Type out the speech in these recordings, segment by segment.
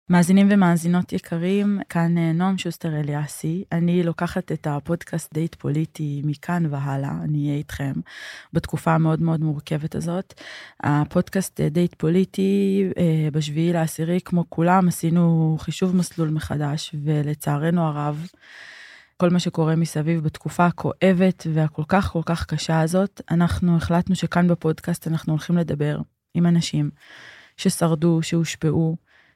מאזינים ומאזינות יקרים, כאן נועם שוסטר אליאסי, אני לוקחת את הפודקאסט דייט פוליטי מכאן והלאה, אני אהיה איתכם בתקופה המאוד מאוד מורכבת הזאת. הפודקאסט דייט פוליטי בשביעי לעשירי, כמו כולם, עשינו חישוב מסלול מחדש, ולצערנו הרב, כל מה שקורה מסביב בתקופה הכואבת והכל כך כל כך קשה הזאת, אנחנו החלטנו שכאן בפודקאסט אנחנו הולכים לדבר עם אנשים ששרדו, שהושפעו,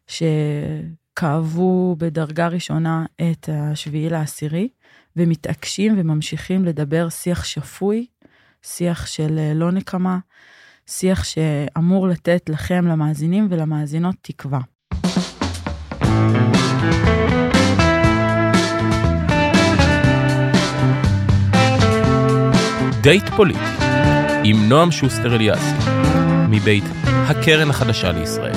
שכאבו בדרגה ראשונה את השביעי לעשירי, ומתעקשים וממשיכים לדבר שיח שפוי, שיח של לא נקמה, שיח שאמור לתת לכם, למאזינים ולמאזינות, תקווה. דייט פוליטי, עם נועם שוסטר אליאסי, מבית הקרן החדשה לישראל.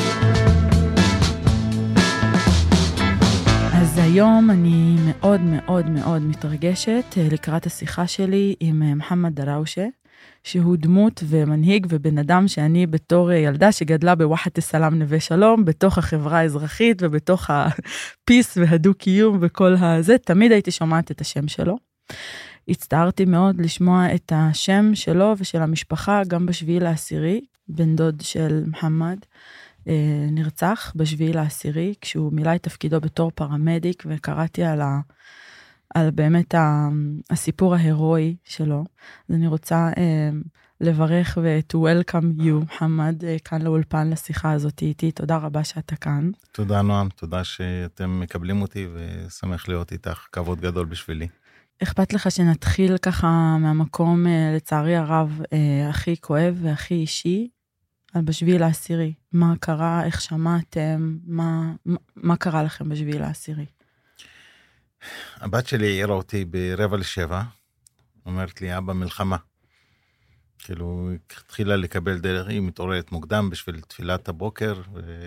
אז היום אני מאוד מאוד מאוד מתרגשת לקראת השיחה שלי עם מוחמד דראושה, שהוא דמות ומנהיג ובן אדם שאני בתור ילדה שגדלה בוואחת א-סלאם נווה שלום, בתוך החברה האזרחית ובתוך הפיס והדו-קיום וכל הזה, תמיד הייתי שומעת את השם שלו. הצטערתי מאוד לשמוע את השם שלו ושל המשפחה, גם בשביעי לעשירי, בן דוד של מוחמד, נרצח בשביעי לעשירי, כשהוא מילא את תפקידו בתור פרמדיק, וקראתי על באמת הסיפור ההירואי שלו. אז אני רוצה לברך to welcome you, מוחמד, כאן לאולפן לשיחה הזאת איתי. תודה רבה שאתה כאן. תודה נועם, תודה שאתם מקבלים אותי, ושמח להיות איתך, כבוד גדול בשבילי. אכפת לך שנתחיל ככה מהמקום, לצערי הרב, הכי כואב והכי אישי, על בשביעי לעשירי. מה קרה, איך שמעתם, מה קרה לכם בשביעי לעשירי? הבת שלי העירה אותי ב6:45, אומרת לי, אבא מלחמה. כאילו, התחילה לקבל דרך, היא מתעוררת מוקדם בשביל תפילת הבוקר,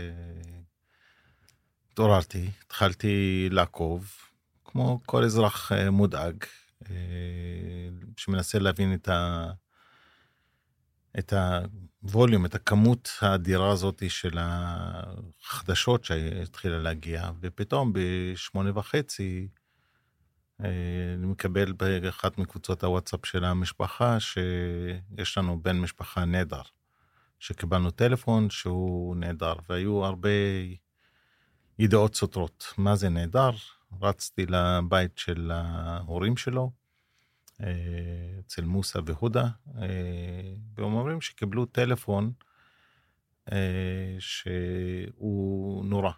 התעוררתי, התחלתי לעקוב, כמו כל אזרח מודאג, שמנסה להבין את הווליום, את הכמות האדירה הזאת של החדשות שהתחילה להגיע, ופתאום ב8:30 אני מקבל באחת מקבוצות הוואטסאפ של המשפחה, שיש לנו בן משפחה נהדר, שקיבלנו טלפון שהוא נהדר, והיו הרבה ידיעות סותרות. מה זה נהדר? רצתי לבית של ההורים שלו, אצל מוסה והודה, והם אומרים שקיבלו טלפון שהוא נורא,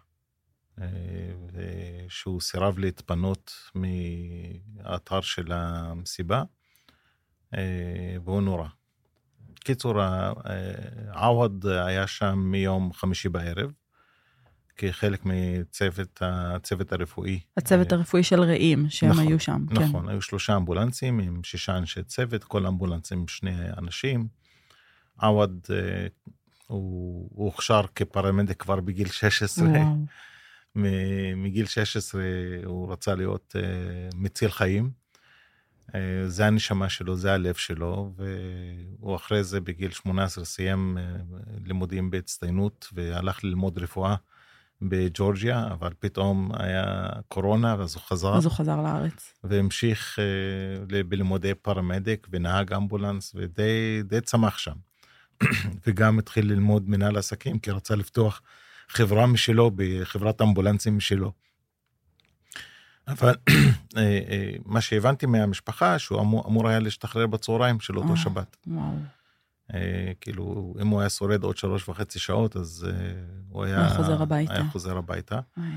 שהוא סירב להתפנות מהאתר של המסיבה, והוא נורא. קיצור, עווד היה שם מיום חמישי בערב, כחלק הצוות הרפואי. הצוות הרפואי של רעים, שהם נכון, היו שם. נכון, כן. היו 3 אמבולנסים עם 6 אנשי צוות, כל אמבולנס עם 2 אנשים. עווד הוא הוכשר כפרמדיק כבר בגיל 16. וואו. מגיל 16 הוא רצה להיות מציל חיים. זה הנשמה שלו, זה הלב שלו, והוא אחרי זה בגיל 18 סיים לימודים בהצטיינות, והלך ללמוד רפואה בג'ורג'יה, אבל פתאום היה קורונה, אז הוא חזר לארץ. והמשיך בלימודי פרמדיק ונהג אמבולנס, ודי צמח שם. וגם התחיל ללמוד מנהל עסקים, כי רצה לפתוח חברה משלו, בחברת אמבולנסים משלו. אבל מה שהבנתי מהמשפחה, שהוא אמור היה להשתחרר בצהריים של אותו שבת. וואו. כאילו, אם הוא היה שורד עוד 3.5 שעות, אז הוא היה חוזר הביתה.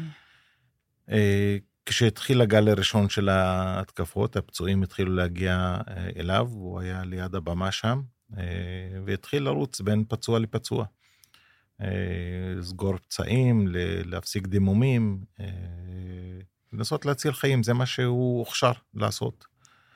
כשהתחיל הגל הראשון של ההתקפות, הפצועים התחילו להגיע אליו, הוא היה ליד הבמה שם, והתחיל לרוץ בין פצוע לפצוע. לסגור פצעים, להפסיק דימומים, לנסות להציל חיים, זה מה שהוא הוכשר לעשות.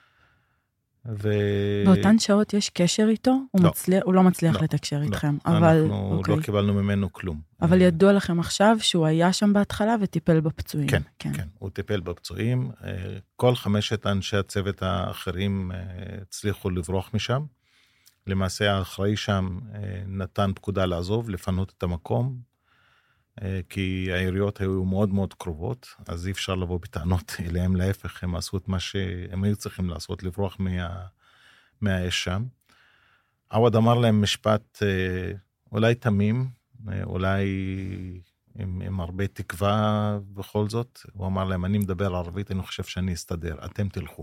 באותן שעות יש קשר איתו? לא. הוא לא מצליח לתקשר איתכם. אנחנו לא קיבלנו ממנו כלום. אבל ידוע לכם עכשיו שהוא היה שם בהתחלה וטיפל בפצועים. כן, הוא טיפל בפצועים. כל 5 אנשי הצוות האחרים הצליחו לברוח משם. למעשה האחראי שם נתן פקודה לעזוב, לפנות את המקום. כי העיריות היו מאוד מאוד קרובות, אז אי אפשר לבוא בטענות אליהם, להפך, הם עשו את מה שהם היו צריכים לעשות, לברוח מהאש שם. עווד אמר להם משפט אולי תמים, אולי עם הרבה תקווה בכל זאת. הוא אמר להם, אני מדבר ערבית, אני חושב שאני אסתדר, אתם תלכו.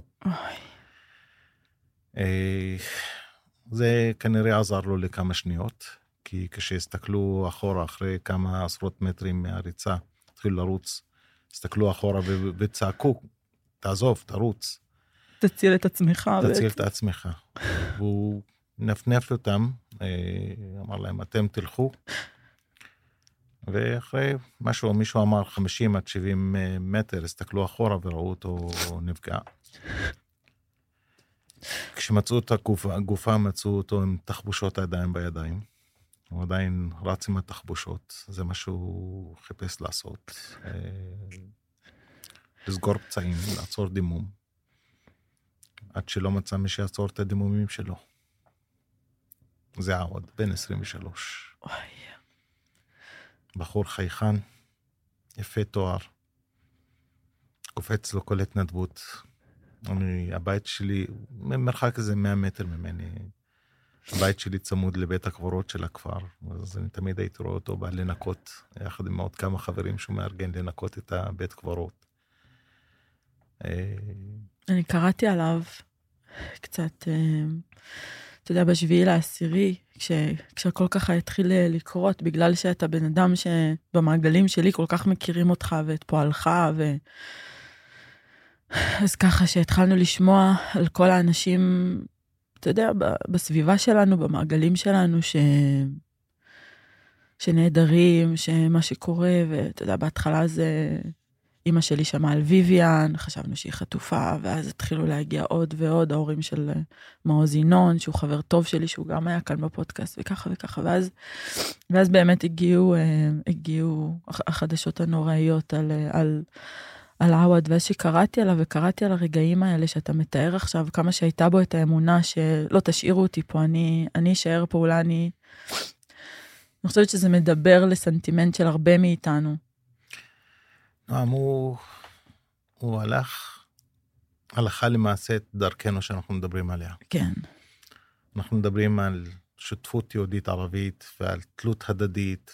זה כנראה עזר לו לכמה שניות, כי כשהסתכלו אחורה אחרי כמה עשרות מטרים מהריצה, התחילו לרוץ, הסתכלו אחורה וצעקו, תעזוב, תרוץ. תציל את עצמך. תציל את עצמך. והוא נפנף אותם, אמר להם, אתם תלכו. ואחרי מישהו אמר 50 עד 70 מטר, הסתכלו אחורה וראו אותו נפגע. כשמצאו את הגופה, מצאו אותו עם תחבושות הידיים בידיים. הוא עדיין רץ עם התחבושות, זה מה שהוא חיפש לעשות. לסגור פצעים, לעצור דימום. עד שלא מצא מי שיעצור את הדימומים שלו. זה עווד, בן 23. בחור חייכן, יפה תואר. קופץ לו כל התנדבות. הבית שלי, מרחק איזה 100 מטר ממני, הבית שלי צמוד לבית הקברות של הכפר, אז אני תמיד הייתי רואה אותו בא לנקות, יחד עם עוד כמה חברים שהוא מארגן לנקות את הבית קברות. אני קראתי עליו קצת, אתה יודע, ב7/10, כשהכל ככה התחיל לקרות, בגלל שאתה בן אדם שבמעגלים שלי כל כך מכירים אותך ואת פועלך, אז ככה שהתחלנו לשמוע על כל האנשים, אתה יודע, בסביבה שלנו, במעגלים שלנו, שנהדרים, שמה שקורה, ואתה יודע, בהתחלה זה, אמא שלי שמעה על ויויאן, חשבנו שהיא חטופה, ואז התחילו להגיע עוד ועוד, ההורים של מעוז ינון, שהוא חבר טוב שלי, שהוא גם היה כאן בפודקאסט, וככה וככה, ואז באמת הגיעו החדשות הנוראיות על עווד, ואז שקראתי עליו, וקראתי על הרגעים האלה שאתה מתאר עכשיו, כמה שהייתה בו את האמונה שלא תשאירו אותי פה, אני אשאר פה, אולי אני חושבת שזה מדבר לסנטימנט של הרבה מאיתנו. נועם, הוא הלכה למעשה את דרכנו שאנחנו מדברים עליה. כן. אנחנו מדברים על שותפות יהודית ערבית, ועל תלות הדדית,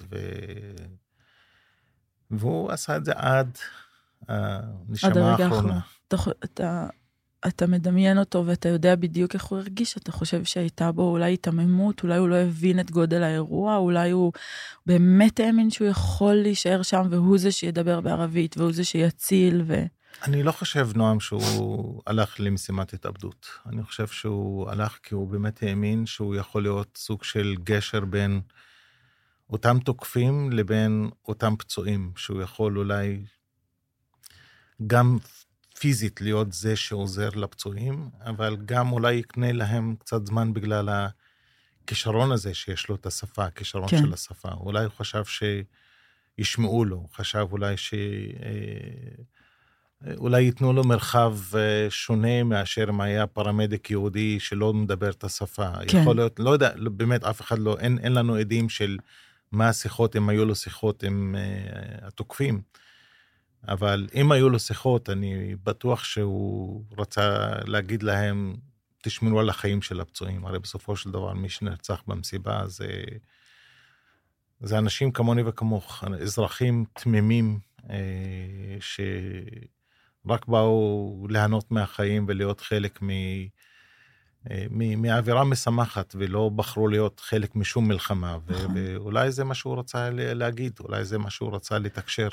והוא עשה את זה עד הנשמה האחרונה. אתה מדמיין אותו, ואתה יודע בדיוק איך הוא הרגיש, אתה חושב שהייתה בו אולי התעממות, אולי הוא לא הבין את גודל האירוע, אולי הוא באמת האמין שהוא יכול להישאר שם, והוא זה שידבר בערבית, והוא זה שיציל, אני לא חושב, נועם, שהוא הלך למשימת התאבדות. אני חושב שהוא הלך כי הוא באמת האמין שהוא יכול להיות סוג של גשר בין אותם תוקפים לבין אותם פצועים, שהוא יכול אולי גם פיזית להיות זה שעוזר לפצועים, אבל גם אולי יקנה להם קצת זמן בגלל הכישרון הזה שיש לו את השפה, הכישרון כן. של השפה. אולי הוא חשב שישמעו לו, חשב אולי אולי ייתנו לו מרחב שונה מאשר אם היה פרמדיק יהודי שלא מדבר את השפה. כן. יכול להיות, לא יודע, באמת אף אחד לא, אין לנו עדים של מה השיחות, אם היו לו שיחות עם התוקפים. אבל אם היו לו שיחות, אני בטוח שהוא רצה להגיד להם, תשמרו על החיים של הפצועים. הרי בסופו של דבר, מי שנרצח במסיבה, זה אנשים כמוני וכמוך, אזרחים תמימים, שרק באו ליהנות מהחיים ולהיות חלק מהאווירה משמחת, ולא בחרו להיות חלק משום מלחמה. ואולי זה מה שהוא רצה להגיד, אולי זה מה שהוא רצה לתקשר.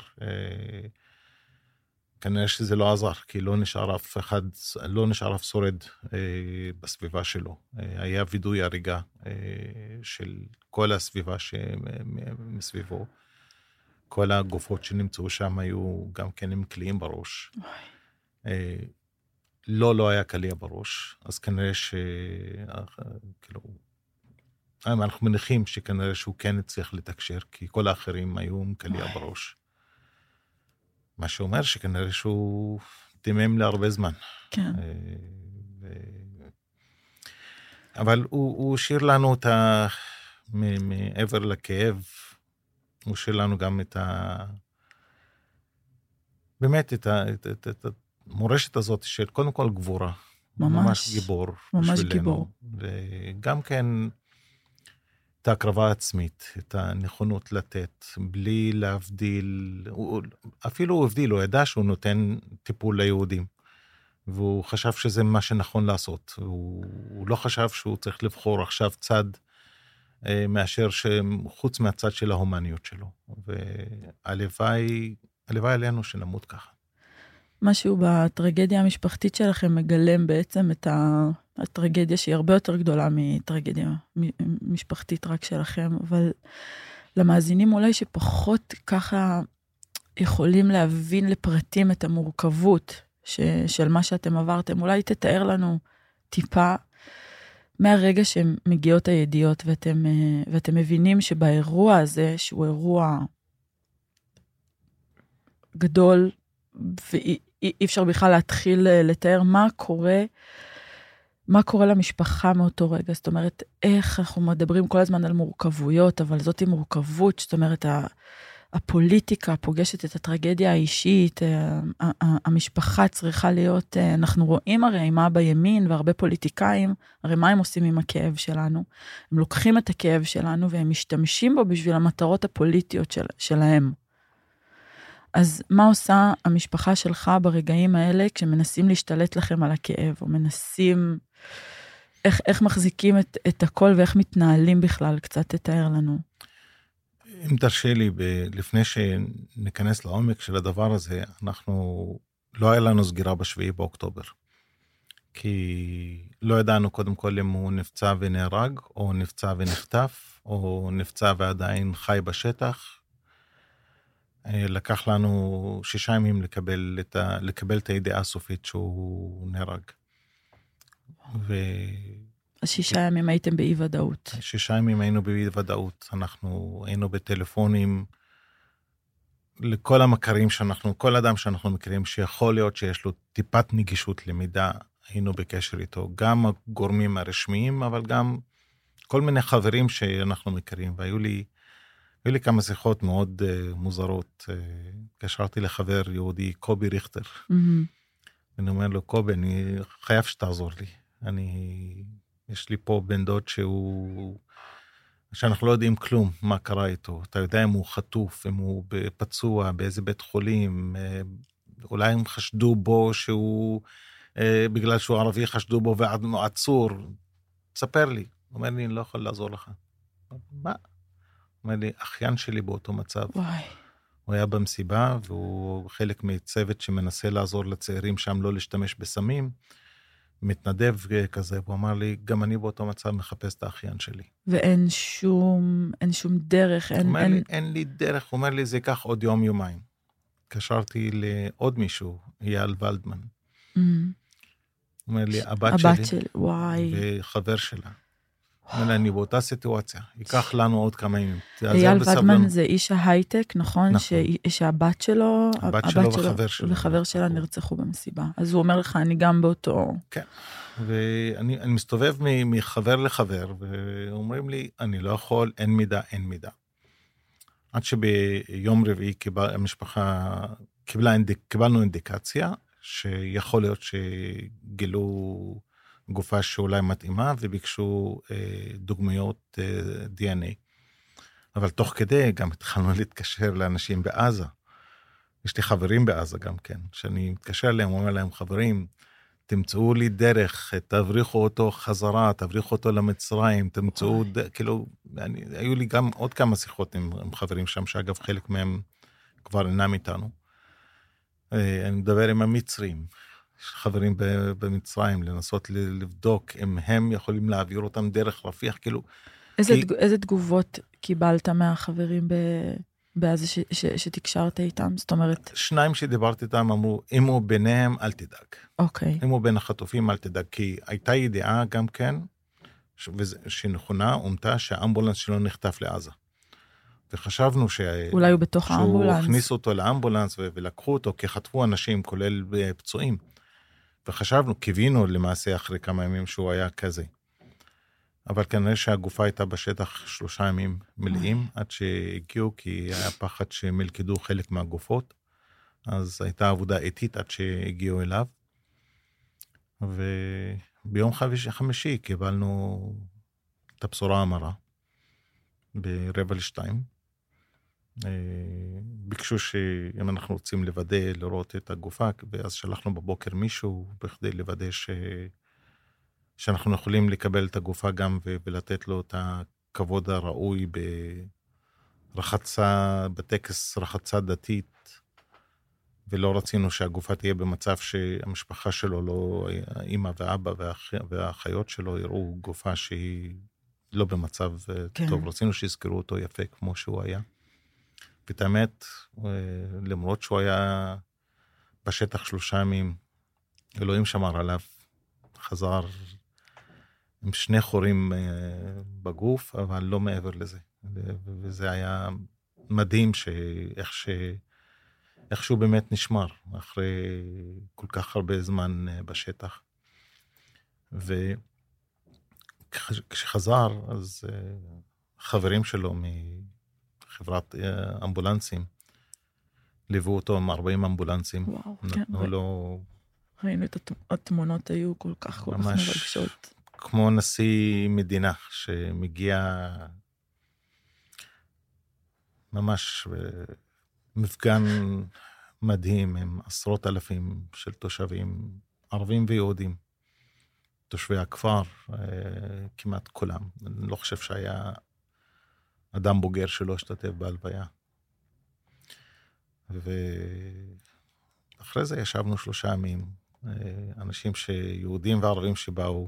כנראה שזה לא עזר, כי לא נשאר אף אחד, לא נשאר אף שורד בסביבה שלו. היה וידוי הריגה של כל הסביבה שמסביבו. כל הגופות שנמצאו שם היו גם כן עם קליעים בראש. לא היה קליע בראש, אז כנראה כאילו, אנחנו מניחים שכנראה שהוא כן הצליח לתקשר, כי כל האחרים היו עם קליע בראש. מה שאומר שכנראה שהוא תימם להרבה זמן. כן. אבל הוא השאיר לנו מעבר לכאב, הוא שלנו גם באמת את המורשת הזאת של קודם כל גבורה. ממש גיבור. ממש גיבור. וגם כן את ההקרבה העצמית, את הנכונות לתת, בלי להבדיל, אפילו הוא הבדיל, הוא ידע שהוא נותן טיפול ליהודים, והוא חשב שזה מה שנכון לעשות, הוא לא חשב שהוא צריך לבחור עכשיו צד, מאשר חוץ מהצד של ההומניות שלו, והלוואי עלינו שנמות ככה. משהו בטרגדיה המשפחתית שלכם מגלם בעצם את הטרגדיה שהיא הרבה יותר גדולה מטרגדיה משפחתית רק שלכם, אבל למאזינים אולי שפחות ככה יכולים להבין לפרטים את המורכבות של מה שאתם עברתם, אולי תתאר לנו טיפה מהרגע שמגיעות הידיעות ואתם מבינים שבאירוע הזה, שהוא אירוע גדול, ואי אפשר בכלל להתחיל לתאר מה קורה למשפחה מאותו רגע. זאת אומרת, איך אנחנו מדברים כל הזמן על מורכבויות, אבל זאת היא מורכבות, זאת אומרת, הפוליטיקה פוגשת את הטרגדיה האישית, המשפחה צריכה להיות, אנחנו רואים הרי מה בימין, והרבה פוליטיקאים, הרי מה הם עושים עם הכאב שלנו? הם לוקחים את הכאב שלנו, והם משתמשים בו בשביל המטרות הפוליטיות שלהם. אז מה עושה המשפחה שלך ברגעים האלה, כשמנסים להשתלט לכם על הכאב, או מנסים, איך מחזיקים את הכל, ואיך מתנהלים בכלל, קצת תתאר לנו. אם תרשה לי, לפני שניכנס לעומק של הדבר הזה, לא היה לנו סגירה ב7 באוקטובר. כי לא ידענו קודם כל אם הוא נפצע ונהרג, או נפצע ונחטף, או נפצע ועדיין חי בשטח. לקח לנו 6 ימים לקבל את הידיעה הסופית שהוא נהרג. אז 6 ימים הייתם באי ודאות. 6 ימים היינו באי ודאות. אנחנו היינו בטלפונים לכל המכרים כל אדם שאנחנו מכירים, שיכול להיות שיש לו טיפת נגישות למידע, היינו בקשר איתו. גם הגורמים הרשמיים, אבל גם כל מיני חברים שאנחנו מכירים. והיו לי כמה שיחות מאוד מוזרות. קשרתי לחבר יהודי, קובי ריכטר. אני אומר לו, קובי, אני חייב שתעזור לי. יש לי פה בן דוד שאנחנו לא יודעים כלום מה קרה איתו. אתה יודע אם הוא חטוף, אם הוא פצוע, באיזה בית חולים, אולי הם חשדו בו בגלל שהוא ערבי חשדו בו ועצור. תספר לי. הוא אומר לי, אני לא יכול לעזור לך. מה? אומר לי, אחיין שלי באותו מצב. וואי. הוא היה במסיבה, והוא חלק מצוות שמנסה לעזור לצעירים שם לא להשתמש בסמים, מתנדב כזה, והוא אמר לי, גם אני באותו מצב מחפש את האחיין שלי. ואין שום דרך, הוא אומר לי, אין לי דרך, הוא אומר לי, זה ייקח עוד יום-יומיים. קשרתי לעוד מישהו, אייל ולדמן. הוא אומר לי, הבת שלי, וואי. וחבר שלה. אני באותה סיטואציה, ייקח לנו עוד כמה ימים. אייל ולדמן זה איש ההייטק, נכון? שהבת שלו, וחבר שלה נרצחו במסיבה. אז הוא אומר לך, אני גם באותו... כן, ואני מסתובב מחבר לחבר, ואומרים לי, אני לא יכול, אין מידע. עד שביום רביעי המשפחה קיבלנו אינדיקציה, שיכול להיות שגילו גופה שאולי מתאימה, וביקשו דוגמיות DNA. אבל תוך כדי גם התחלנו להתקשר לאנשים בעזה. יש לי חברים בעזה גם כן, שאני מתקשר אליהם, אומר להם, חברים, תמצאו לי דרך, תבריחו אותו חזרה, תבריחו אותו למצרים, תמצאו, כאילו, היו לי גם עוד כמה שיחות עם חברים שם, שאגב חלק מהם כבר אינם איתנו. אני מדבר עם המצרים, חברים במצרים, לנסות לבדוק אם הם יכולים להעביר אותם דרך רפיח, כאילו... איזה תגובות קיבלת מהחברים בעזה שתקשרת איתם? זאת אומרת... 2 שדיברתי איתם אמרו, אם הוא ביניהם, אל תדאג. אוקיי. אם הוא בין החטופים, אל תדאג, כי הייתה ידיעה גם כן, שנכונה, אומתה, שהאמבולנס שלו נחטף לעזה. וחשבנו אולי הוא בתוך האמבולנס. שהוא הכניס אותו לאמבולנס ולקחו אותו, כי חטפו אנשים, כולל פצועים. וחשבנו, קיווינו למעשה אחרי כמה ימים שהוא היה כזה. אבל כנראה שהגופה הייתה בשטח 3 ימים מלאים, עד שהגיעו, כי היה פחד שהם ילכדו חלק מהגופות, אז הייתה עבודה איטית עד שהגיעו אליו, וביום חמישי קיבלנו את הבשורה המרה, ב1:45. ביקשו שאם אנחנו רוצים לוודא, לראות את הגופה, ואז שלחנו בבוקר מישהו, בכדי לוודא שאנחנו יכולים לקבל את הגופה גם, ולתת לו את הכבוד הראוי בטקס רחצה דתית, ולא רצינו שהגופה תהיה במצב שהמשפחה שלו, לא, האמא ואבא והאחיות שלו, יראו גופה שהיא לא במצב טוב. רצינו שיזכרו אותו יפה כמו שהוא היה. ואת האמת, למרות שהוא היה בשטח 3 ימים, אלוהים שמר עליו, חזר עם 2 חורים בגוף, אבל לא מעבר לזה. וזה היה מדהים איך שהוא באמת נשמר, אחרי כל כך הרבה זמן בשטח. וכשחזר, אז חברים שלו חברת אמבולנסים, ליוו אותו עם 40 אמבולנסים. וואו, נתנו לו... ראינו את התמונות היו כל כך מרגשות. כמו נשיא מדינה שמגיע ממש מפגן מדהים עם 10,000 של תושבים, ערבים ויהודים, תושבי הכפר, כמעט כולם. אני לא חושב שהיה אדם בוגר שלא השתתף בהלוויה. ואחרי זה ישבנו 3 ימים, אנשים שיהודים וערבים שבאו,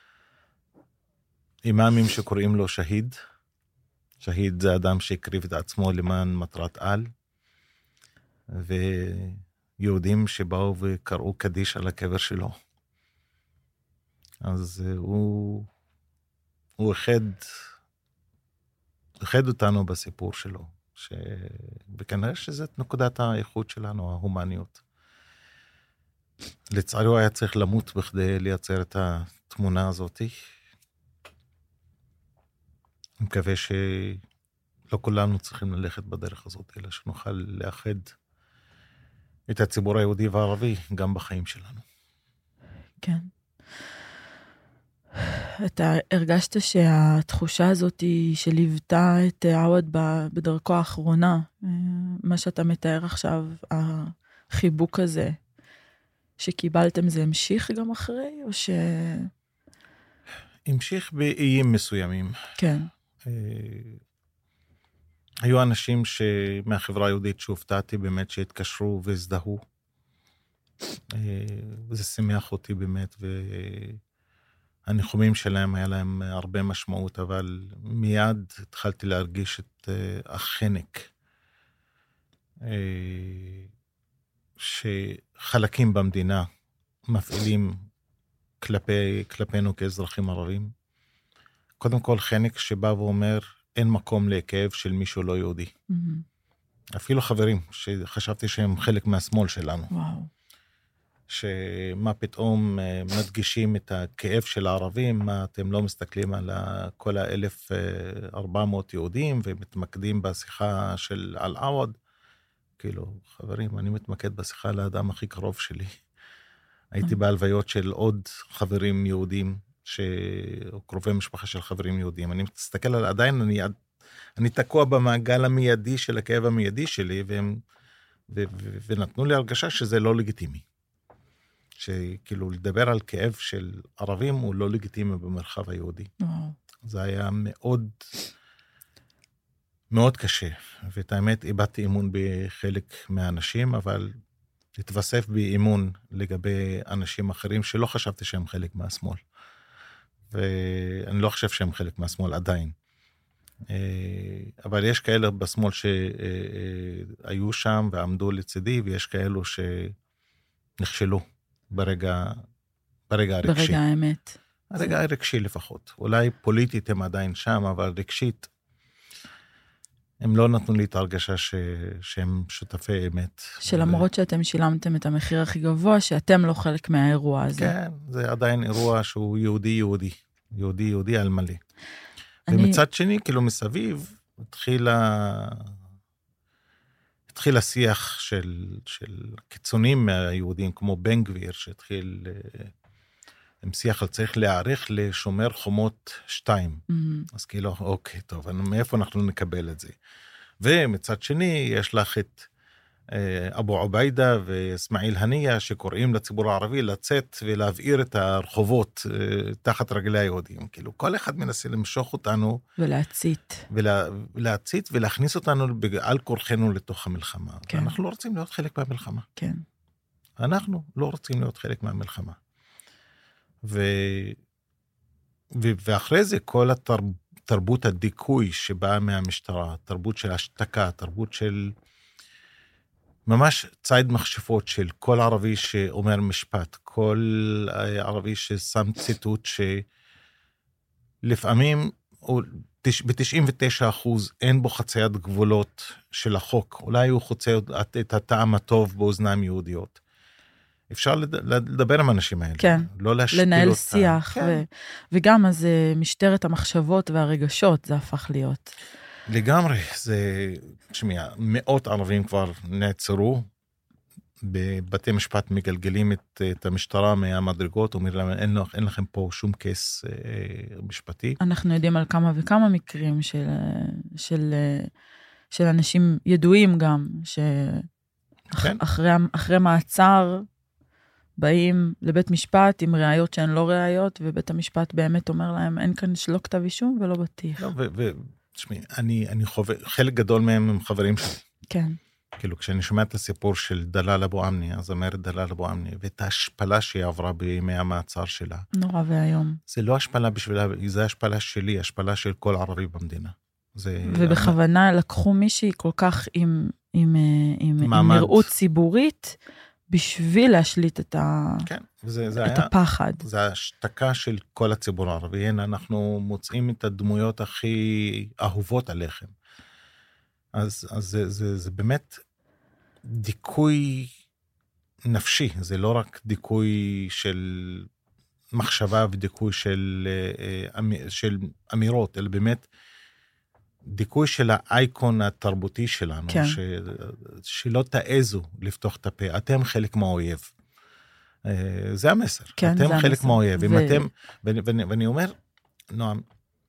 אימאמים שקוראים לו שהיד. שהיד זה אדם שהקריב את עצמו למען מטרת על, ויהודים שבאו וקראו קדיש על הקבר שלו. אז הוא אחד אותנו בסיפור שלו, וכנראה שזאת נקודת האיכות שלנו, ההומניות. לצערי הוא היה צריך למות בכדי לייצר את התמונה הזאת. אני מקווה שלא כולנו צריכים ללכת בדרך הזאת, אלא שנוכל לאחד את הציבור היהודי והערבי גם בחיים שלנו. כן. אתה הרגשת שהתחושה הזאת שליוותה את עווד בדרכו האחרונה, מה שאתה מתאר עכשיו, החיבוק הזה שקיבלתם, זה המשיך גם אחרי, או ש... המשיך באיים מסוימים. כן. היו אנשים מהחברה היהודית שהופתעתי באמת שהתקשרו והזדהו. וזה שמח אותי באמת, והניחומים שלהם היה להם הרבה משמעות, אבל מיד התחלתי להרגיש את החנק. שחלקים במדינה מפעילים כלפינו כאזרחים ערבים. קודם כל חנק שבא ואומר, אין מקום לכאב של מישהו לא יהודי. אפילו חברים שחשבתי שהם חלק מהשמאל שלנו. וואו. שמה פתאום מדגישים את הכאב של הערבים, מה אתם לא מסתכלים על כל 1,400 יהודים, ומתמקדים בשיחה על עווד. כאילו, חברים, אני מתמקד בשיחה על האדם הכי קרוב שלי. הייתי בהלוויות של עוד חברים יהודים, או קרובי משפחה של חברים יהודים. אני מסתכל על, עדיין אני תקוע במעגל המיידי של הכאב המיידי שלי, ונתנו לי הרגשה שזה לא לגיטימי. שכאילו לדבר על כאב של ערבים הוא לא לגיטימי במרחב היהודי. זה היה מאוד, מאוד קשה. ואת האמת, איבדתי אימון בחלק מהאנשים, אבל התווסף בי אימון לגבי אנשים אחרים שלא חשבתי שהם חלק מהשמאל. ואני לא חושב שהם חלק מהשמאל עדיין. אבל יש כאלה בשמאל שהיו שם ועמדו לצידי, ויש כאלו שנכשלו ברגע הרגשי. ברגע האמת. הרגע הרגשי לפחות. אולי פוליטית הם עדיין שם, אבל רגשית הם לא נתנו לי את הרגשה שהם שותפי אמת. שלמרות שאתם שילמתם את המחיר הכי גבוה, שאתם לא חלק מהאירוע הזה. כן, זה עדיין אירוע שהוא יהודי-יהודי. יהודי על מלא. ומצד שני, כאילו מסביב, התחיל השיח של קיצונים מהיהודים, כמו בן גביר, שהתחיל עם שיח על צריך להעריך לשומר חומות 2. אז כאילו, אוקיי, טוב, מאיפה אנחנו נקבל את זה? ומצד שני, יש לך את אבו עוביידה ואסמאעיל הנייה, שקוראים לציבור הערבי לצאת ולהבעיר את הרחובות תחת רגלי היהודים. כאילו, כל אחד מנסה למשוך אותנו. ולהצית ולהכניס אותנו על כורחנו לתוך המלחמה. כן. אנחנו לא רוצים להיות חלק מהמלחמה. כן. אנחנו לא רוצים להיות חלק מהמלחמה. ואחרי זה כל תרבות הדיכוי שבאה מהמשטרה, תרבות של השתקה, תרבות של ממש ציד מכשפות של כל ערבי שאומר משפט, כל ערבי ששם ציטוט שלפעמים ב-99% אין בו חציית גבולות של החוק, אולי הוא חוצה את הטעם הטוב באוזניים יהודיות. אפשר לדבר עם האנשים האלה, כן, לא להשפיל אותם. לנהל שיח, כן. וגם אז משטרת המחשבות והרגשות זה הפך להיות. לגמרי, מאות ערבים כבר נעצרו, בבתי משפט מגלגלים את המשטרה מהמדרגות, אומר להם, אין לכם פה שום קייס משפטי. אנחנו יודעים על כמה וכמה מקרים של אנשים ידועים גם, שאחרי מעצר, באים לבית משפט עם ראיות שהן לא ראיות, ובית המשפט באמת אומר להם, אין כאן לא כתב אישום ולא בטיח. לא, תשמעי, אני חווה, חלק גדול מהם הם חברים שלי. כן. כאילו, כשאני שומע את הסיפור של דלאל אבו אמני, אז אומרת דלאל אבו אמני, ואת ההשפלה שהיא עברה בימי המעצר שלה. נורא והיום. זה לא השפלה בשבילה, זה השפלה שלי, השפלה של כל ערבי במדינה. ובכוונה לקחו מישהי כל כך עם נראות ציבורית, בשביל להשליט את הפחד. זה השתקה של כל הציבור הערבי. אנחנו מוצאים את הדמויות הכי אהובות עליכם. אז זה באמת דיכוי נפשי. זה לא רק דיכוי של מחשבה ודיכוי של אמירות, אלא באמת דיכוי של האייקון התרבותי שלנו, כן. שלא תעזו לפתוח את הפה, אתם חלק מהאויב. זה המסר. כן, אתם זה חלק המסר. מהאויב. ואני אומר, נועם,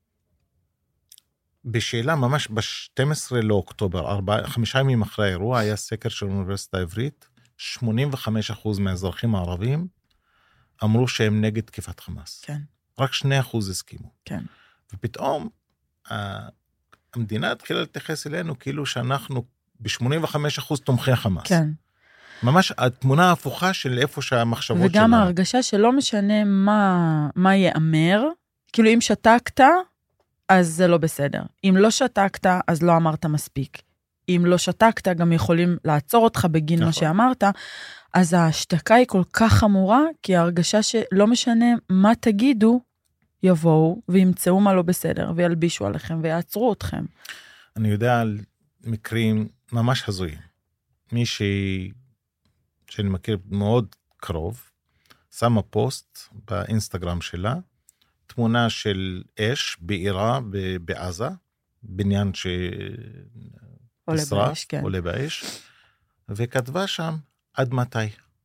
בשאלה ממש ב-12 לאוקטובר, 5 ימים אחרי האירוע, היה סקר של האוניברסיטה העברית, 85% מהאזרחים הערבים אמרו שהם נגד תקיפת חמאס. כן. רק 2% הסכימו. כן. ופתאום, המדינה התחילה להתייחס אלינו כאילו שאנחנו ב-85% תומכי חמאס. כן. ממש התמונה ההפוכה של איפה שהמחשבות שלנו. וגם ההרגשה שלא משנה מה יאמר, כאילו אם שתקת, אז זה לא בסדר. אם לא שתקת, אז לא אמרת מספיק. אם לא שתקת, גם יכולים לעצור אותך בגין מה שאמרת, אז ההשתקה היא כל כך חמורה, כי ההרגשה שלא משנה מה תגידו, יבואו וימצאו מה לא בסדר, וילבישו עליכם ויעצרו אתכם. אני יודע על מקרים ממש הזויים. מישהי שאני מכיר מאוד קרוב, שמה פוסט באינסטגרם שלה, תמונה של אש בעירה בעזה, בניין שנשרף, עולה באש, וכתבה שם, עד מתי?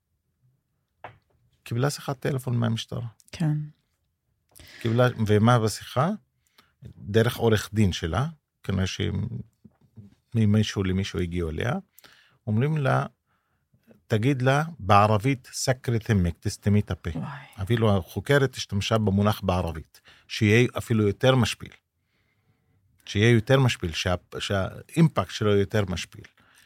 קיבלה שיחת טלפון מהמשטרה. כן. קיבלה, ומה בשיחה? דרך עורך דין שלה, כנראה למישהו הגיעו אליה, אומרים לה, תגיד לה בערבית, סקרת עמק, תסתמי את הפה. אפילו החוקרת השתמשה במונח בערבית, שיהיה אפילו יותר משפיל. שיהיה יותר משפיל, שהאימפקט שלו יותר משפיל.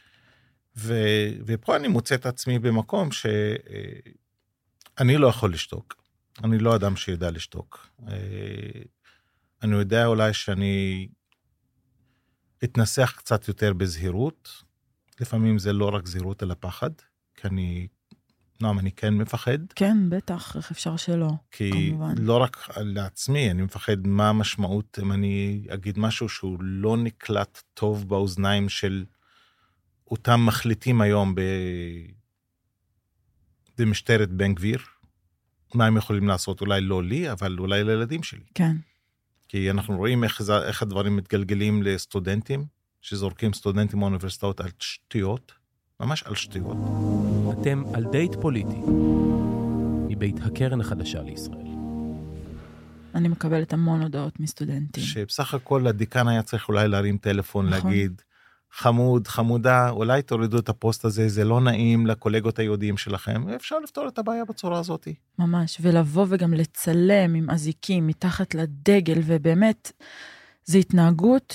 ופה אני מוצא את עצמי במקום שאני לא יכול לשתוק. אני לא אדם שידע לשתוק. אני יודע אולי שאני אתנסח קצת יותר בזהירות. לפעמים זה לא רק זהירות אלא פחד, כי אני כן מפחד. כן, בטח, איך אפשר שלא, כי כמובן. לא רק לעצמי, אני מפחד מה המשמעות אם אני אגיד משהו שהוא לא נקלט טוב באוזניים של אותם מחליטים היום במשטרת בן גביר, מה הם יכולים לעשות, אולי לא לי, אבל אולי לילדים שלי. כן. כי אנחנו רואים איך הדברים מתגלגלים לסטודנטים, שזורקים סטודנטים באוניברסיטאות על שטויות, ממש על שטויות. אתם על דייט פוליטי, מבית הקרן החדשה לישראל. אני מקבלת המון הודעות מסטודנטים. שבסך הכל הדיקן היה צריך אולי להרים טלפון, נכון. להגיד, חמוד, חמודה, אולי תורידו את הפוסט הזה, זה לא נעים לקולגות היהודיים שלכם, אפשר לפתור את הבעיה בצורה הזאת. ממש, ולבוא וגם לצלם עם אזיקים מתחת לדגל, ובאמת, זו התנהגות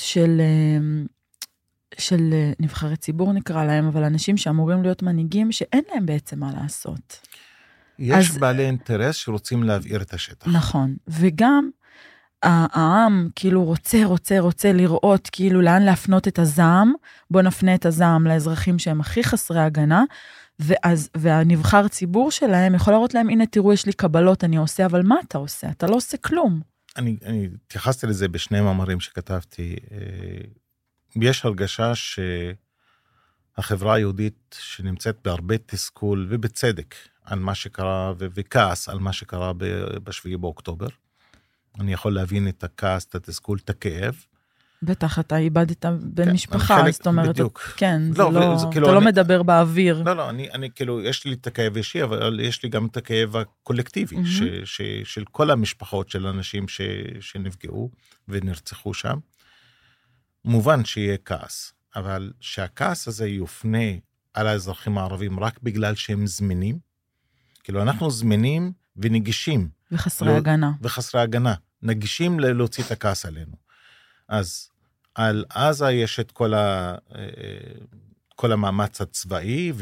של נבחרי ציבור נקרא להם, אבל אנשים שאמורים להיות מנהיגים, שאין להם בעצם מה לעשות. יש בעלי אינטרס שרוצים להבעיר את השטח. נכון, וגם העם כאילו רוצה לראות כאילו לאן להפנות את הזעם, בוא נפנה את הזעם לאזרחים שהם הכי חסרי הגנה, והנבחר ציבור שלהם יכול להראות להם, הנה תראו יש לי קבלות אני עושה, אבל מה אתה עושה? אתה לא עושה כלום. אני התייחסתי לזה בשני מאמרים שכתבתי, יש הרגשה שהחברה היהודית שנמצאת בהרבה תסכול ובצדק על מה שקרה וכעס על מה שקרה ב7 באוקטובר. אני יכול להבין את הכעס, את התסכול, את הכאב. בטח, אתה איבדת בן משפחה, זאת אומרת, כן, אתה לא מדבר באוויר. לא, אני כאילו, יש לי את הכאב אישי, אבל יש לי גם את הכאב הקולקטיבי, של כל המשפחות של אנשים שנפגעו ונרצחו שם. מובן שיהיה כעס, אבל שהכעס הזה יופנה על האזרחים הערבים רק בגלל שהם זמינים, כאילו אנחנו זמינים ונגישים. וחסרי הגנה. וחסרי הגנה. נגישים להוציא את הכעס עלינו. אז על עזה יש את כל המאמץ הצבאי,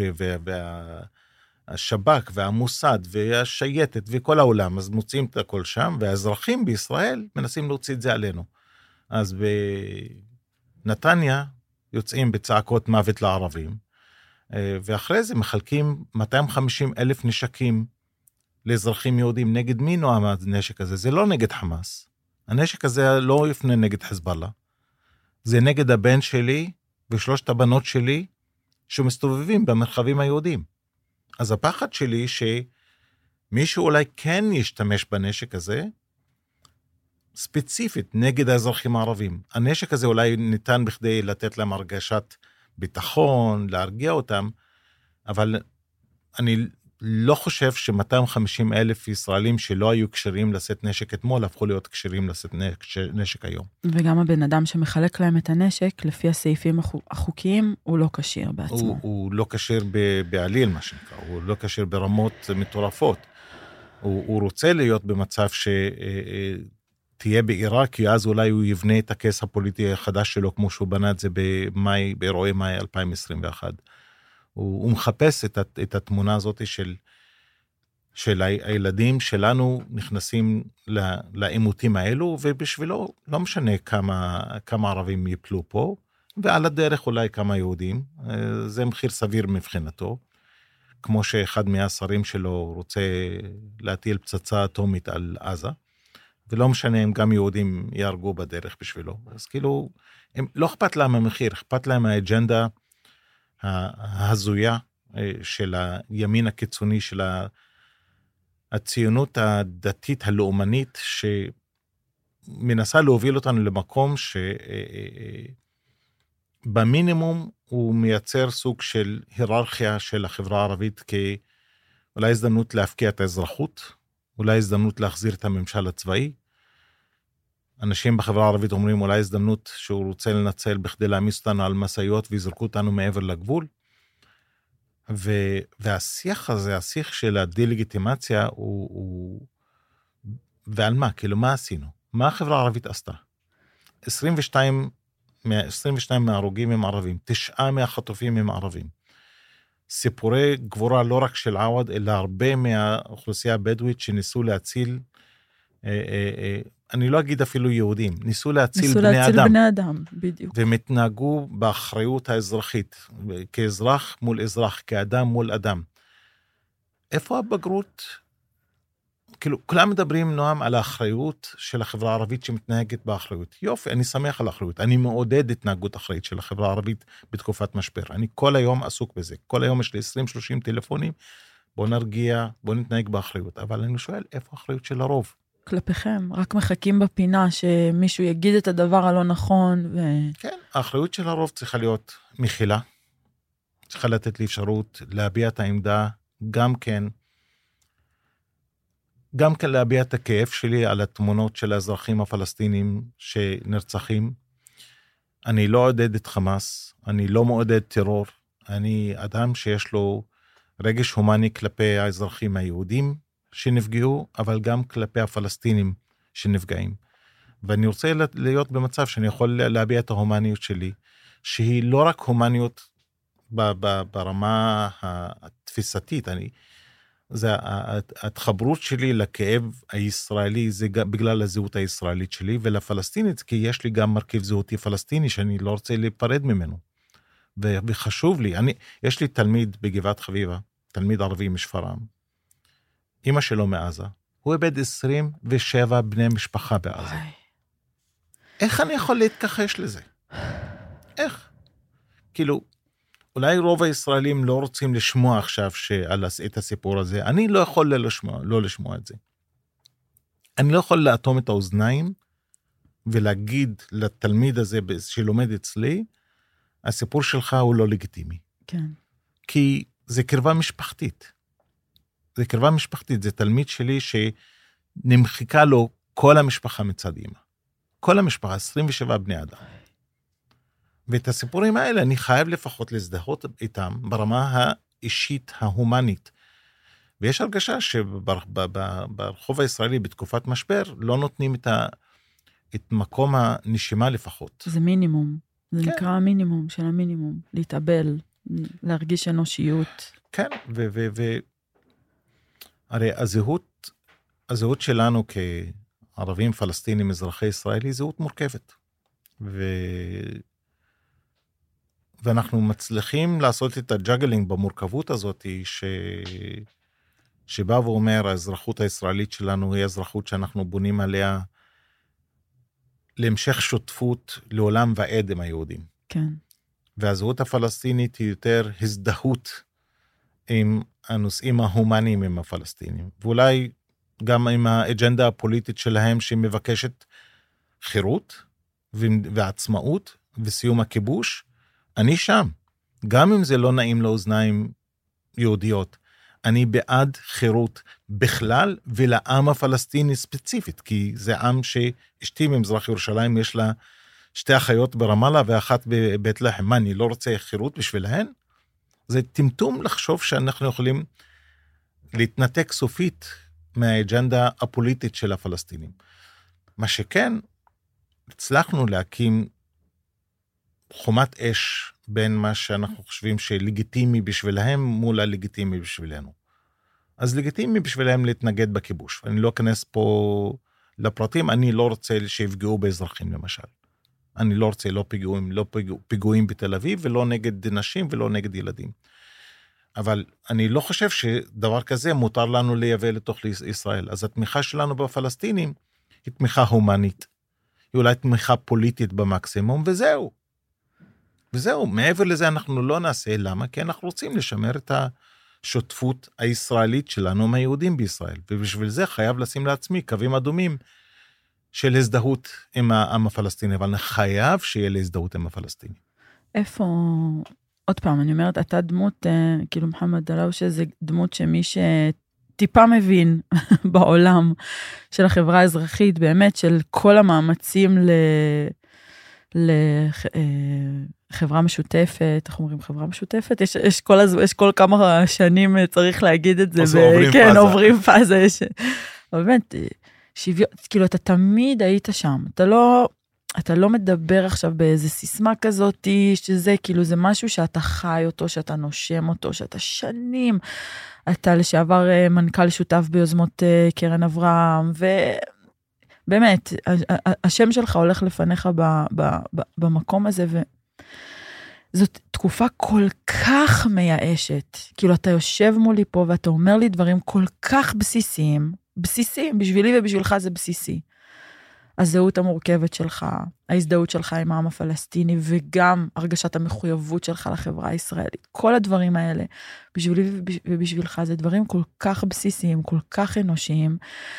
והשב"כ והמוסד והשייטת וכל העולם, אז מוצאים את הכל שם, והאזרחים בישראל מנסים להוציא את זה עלינו. אז בנתניה יוצאים בצעקות מוות לערבים, ואחרי זה מחלקים 250,000 נשקים לאזרחים יהודים. נגד מי נועם הנשק הזה? זה לא נגד חמאס. הנשק הזה לא יפנה נגד חזבאללה. זה נגד הבן שלי ושלושת הבנות שלי שמסתובבים במרחבים היהודים. אז הפחד שלי שמישהו אולי כן ישתמש בנשק הזה, ספציפית נגד האזרחים הערבים. הנשק הזה אולי ניתן בכדי לתת להם הרגשת ביטחון, להרגיע אותם, אבל אני לא חושב ש250,000 ישראלים שלא היו קשרים לשאת נשק אתמול, הפכו להיות קשרים לשאת נשק היום. וגם הבן אדם שמחלק להם את הנשק, לפי הסעיפים החוקיים, הוא לא קשיר בעצמו. הוא לא קשיר בעליל, מה שנקרא, הוא לא קשיר ברמות מטורפות. הוא רוצה להיות במצב שתהיה בעיראק, כי אז אולי הוא יבנה את הכס הפוליטי החדש שלו, כמו שהוא בנה את זה באירועי מאי 2021. הוא מחפש את התמונה הזאת של הילדים שלנו נכנסים לעימותים האלו, ובשבילו לא משנה כמה ערבים יפלו פה, ועל הדרך אולי כמה יהודים, זה מחיר סביר מבחינתו, כמו שאחד מהשרים שלו רוצה להטיל פצצה אטומית על עזה, ולא משנה אם גם יהודים יהרגו בדרך בשבילו. אז כאילו, לא אכפת להם המחיר, אכפת להם האג'נדה ההזויה של הימין הקיצוני, של הציונות הדתית הלאומנית, שמנסה להוביל אותנו למקום שבמינימום הוא מייצר סוג של היררכיה של החברה הערבית, כאולי הזדמנות להפקיע את האזרחות, אולי הזדמנות להחזיר את הממשל הצבאי. אנשים בחברה הערבית אומרים אולי הזדמנות שהוא רוצה לנצל בכדי להעמיס אותנו על מסעיות ויזרקו אותנו מעבר לגבול. והשיח הזה, השיח של הדה-לגיטימציה ועל מה? כאילו מה עשינו? מה החברה הערבית עשתה? 22 מההרוגים הם ערבים, 9 מהחטופים הם ערבים. סיפורי גבורה לא רק של עווד, אלא הרבה מהאוכלוסייה הבדואית שניסו להציל, אני לא אגיד אפילו יהודים, ניסו להציל בני אדם, בדיוק. והם התנהגו באחריות האזרחית, כאזרח מול אזרח, כאדם מול אדם. איפה הבגרות? כאילו, כולם מדברים, נועם, על האחריות של החברה הערבית שמתנהגת באחריות. יופי, אני שמח על האחריות. אני מעודד התנהגות אחראית של החברה הערבית בתקופת משבר. אני כל היום עסוק בזה. כל היום יש לי 20-30 טלפונים. בוא נרגיע, בוא נתנהג באחריות. אבל אני שואל, איפה האחריות של הרוב? כלפיכם, רק מחכים בפינה שמישהו יגיד את הדבר הלא נכון. כן, האחריות של הרוב צריכה להיות מכילה, צריכה לתת לי אפשרות להביע את העמדה, גם כן להביע את הכאב שלי על התמונות של האזרחים הפלסטינים שנרצחים. אני לא עודד את חמאס, אני לא מעודד טרור, אני אדם שיש לו רגש הומני כלפי האזרחים היהודים שנפגעו, אבל גם כלפי הפלסטינים שנפגעים. ואני רוצה להיות במצב שאני יכול להביע את ההומניות שלי, שהיא לא רק הומניות ברמה התפיסתית, זה ההתחברות שלי לכאב הישראלי, זה בגלל הזהות הישראלית שלי, ולפלסטינית, כי יש לי גם מרכיב זהותי פלסטיני, שאני לא רוצה להיפרד ממנו. וחשוב לי, יש לי תלמיד בגבעת חביבה, תלמיד ערבי משפרעם, אמא שלו מעזה, הוא איבד 27 בני משפחה בעזה. איך אני יכול להתכחש לזה? איך? כאילו, אולי רוב הישראלים לא רוצים לשמוע עכשיו את הסיפור הזה. אני לא יכול לא לשמוע את זה. אני לא יכול לאטום את האוזניים ולהגיד לתלמיד הזה שלומד אצלי, הסיפור שלך הוא לא לגיטימי. כן. כי זה קרבה משפחתית. זה קרבה משפחתית. זה תלמיד שלי שנמחיקה לו כל המשפחה מצד אמא. כל המשפחה, 27 בני אדם. ואת הסיפורים האלה אני חייב לפחות להזדהות איתם ברמה האישית, ההומנית. ויש הרגשה שברחוב הישראלי בתקופת משבר לא נותנים את מקום הנשימה לפחות. זה מינימום. זה כן. נקרא המינימום של המינימום. להתאבל, להרגיש אנושיות. כן, הרי הזהות שלנו כערבים פלסטינים אזרחי ישראל היא זהות מורכבת. ואנחנו מצליחים לעשות את הג'אגלינג במורכבות הזאת, שבא ואומר, האזרחות הישראלית שלנו היא האזרחות שאנחנו בונים עליה להמשך שותפות לעולם ועד עם היהודים. כן. והזהות הפלסטינית היא יותר הזדהות עם הנושאים ההומניים עם הפלסטינים, ואולי גם עם האג'נדה הפוליטית שלהם שמבקשת חירות ועצמאות וסיום הכיבוש. אני שם, גם אם זה לא נעים לאוזניים יהודיות, אני בעד חירות בכלל ולעם הפלסטיני ספציפית, כי זה עם שאשתי ממזרח ירושלים יש לה 2 אחיות ברמאללה ואחת בבית לחם. מה, אני לא רוצה חירות בשבילהן? זה טמטום לחשוב שאנחנו יכולים להתנתק סופית מהאג'נדה הפוליטית של הפלסטינים. מה שכן, הצלחנו להקים חומת אש בין מה שאנחנו חושבים שלגיטימי בשבילהם מול הלגיטימי בשבילנו. אז לגיטימי בשבילהם להתנגד בכיבוש. אני לא אכנס פה לפרטים, אני לא רוצה שיפגעו באזרחים למשל. אני לא רוצה לא פיגועים בתל אביב, ולא נגד נשים ולא נגד ילדים. אבל אני לא חושב שדבר כזה מותר לנו לייבא לתוך ישראל. אז התמיכה שלנו בפלסטינים היא תמיכה הומנית. היא אולי תמיכה פוליטית במקסימום, וזהו, מעבר לזה אנחנו לא נעשה, למה? כי אנחנו רוצים לשמר את השותפות הישראלית שלנו מהיהודים בישראל, ובשביל זה חייב לשים לעצמי קווים אדומים של הזדהות עם העם הפלסטיני, אבל חייב שיהיה להזדהות עם הפלסטיני. איפה, עוד פעם, אני אומרת, אתה דמות, כאילו מוחמד דראושה, זה דמות שמי שטיפה מבין בעולם של החברה האזרחית, באמת של כל המאמצים לחברה משותפת, איך אומרים חברה משותפת? יש כל כמה שנים צריך להגיד את זה. כן, עוברים פאזה. אבל באמת, כאילו אתה תמיד היית שם, אתה לא מדבר עכשיו באיזה סיסמה כזאת, שזה כאילו זה משהו שאתה חי אותו, שאתה נושם אותו, שאתה שנים, אתה לשעבר מנכ"ל שותף ביוזמות קרן אברהם, באמת, השם שלך הולך לפניך במקום הזה, וזאת תקופה כל כך מייאשת, כאילו אתה יושב מולי פה, ואתה אומר לי דברים כל כך בסיסיים, בשבילי ובשבילך זה בסיסי. הזהות המורכבת שלך, ההזדהות שלך עם העם הפלסטיני, וגם הרגשת המחויבות שלך לחברה הישראלית. כל הדברים האלה, בשבילי ובשבילך, זה דברים כל כך בסיסיים, כל כך אנושיים.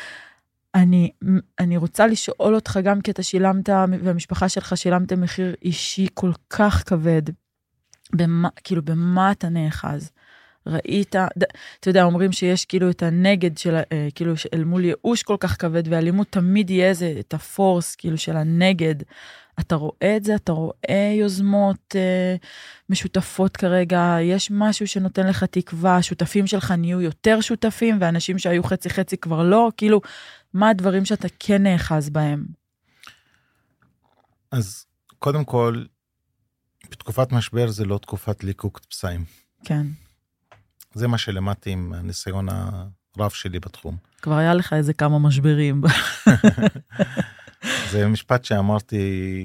אני רוצה לשאול אותך גם, כי אתה שילמת, והמשפחה שלך שילמתם מחיר אישי כל כך כבד, כאילו במה אתה נאחז? ראית, אתה יודע, אומרים שיש כאילו את הנגד של, כאילו אל מול ייאוש כל כך כבד, ואלימות תמיד יהיה איזה, את הפורס כאילו של הנגד. אתה רואה את זה, אתה רואה יוזמות משותפות כרגע, יש משהו שנותן לך תקווה, השותפים שלך נהיו יותר שותפים, ואנשים שהיו חצי חצי כבר לא, כאילו, מה הדברים שאתה כן נאחז בהם? אז קודם כל, בתקופת משבר זה לא תקופת ליקוק פסיים. כן. זה מה שלמדתי עם הניסיון הרב שלי בתחום. כבר היה לך איזה כמה משברים. זה משפט שאמרתי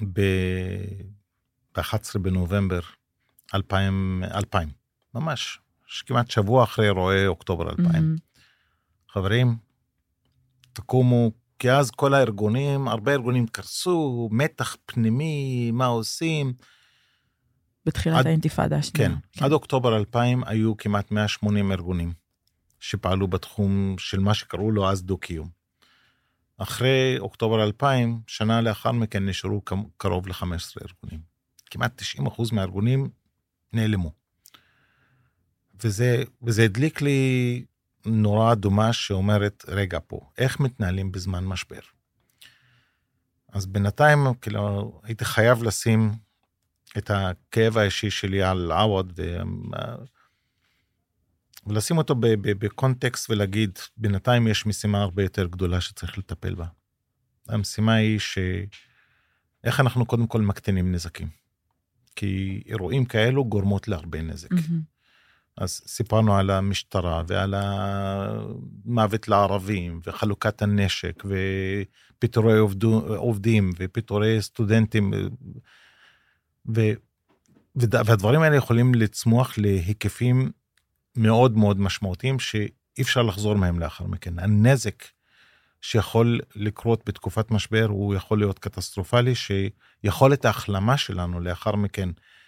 ב-11 בנובמבר 2000, ממש, כמעט שבוע אחרי אירועי אוקטובר 2000. חברים, תקומו, כי אז כל הארגונים, הרבה ארגונים קרסו, מתח פנימי, מה עושים? בתחילת האינתיפאדה השנייה. כן, עד אוקטובר 2000 היו כמעט 180 ארגונים שפעלו בתחום של מה שקראו לו אז דו-קיום. אחרי אוקטובר 2000, שנה לאחר מכן נשארו קרוב ל-15 ארגונים. כמעט 90% מהארגונים נעלמו. וזה הדליק לי נורא דומה שאומרת, רגע פה, איך מתנהלים בזמן משבר? אז בינתיים, כאילו, הייתי חייב לשים את הכאב האישי שלי על עווד, ולשים אותו בקונטקסט ולהגיד, בינתיים יש משימה הרבה יותר גדולה שצריך לטפל בה. המשימה היא איך אנחנו קודם כל מקטינים נזקים. כי אירועים כאלו גורמות להרבה נזק. אז סיפרנו על המשטרה ועל המוות לערבים וחלוקת הנשק ופיטורי עובדים ופיטורי סטודנטים והדברים האלה יכולים לצמוח להיקפים מאוד מאוד משמעותיים שאי אפשר לחזור מהם לאחר מכן. הנזק שיכול לקרות בתקופת משבר הוא יכול להיות קטסטרופלי, שיכולת ההחלמה שלנו לאחר מכן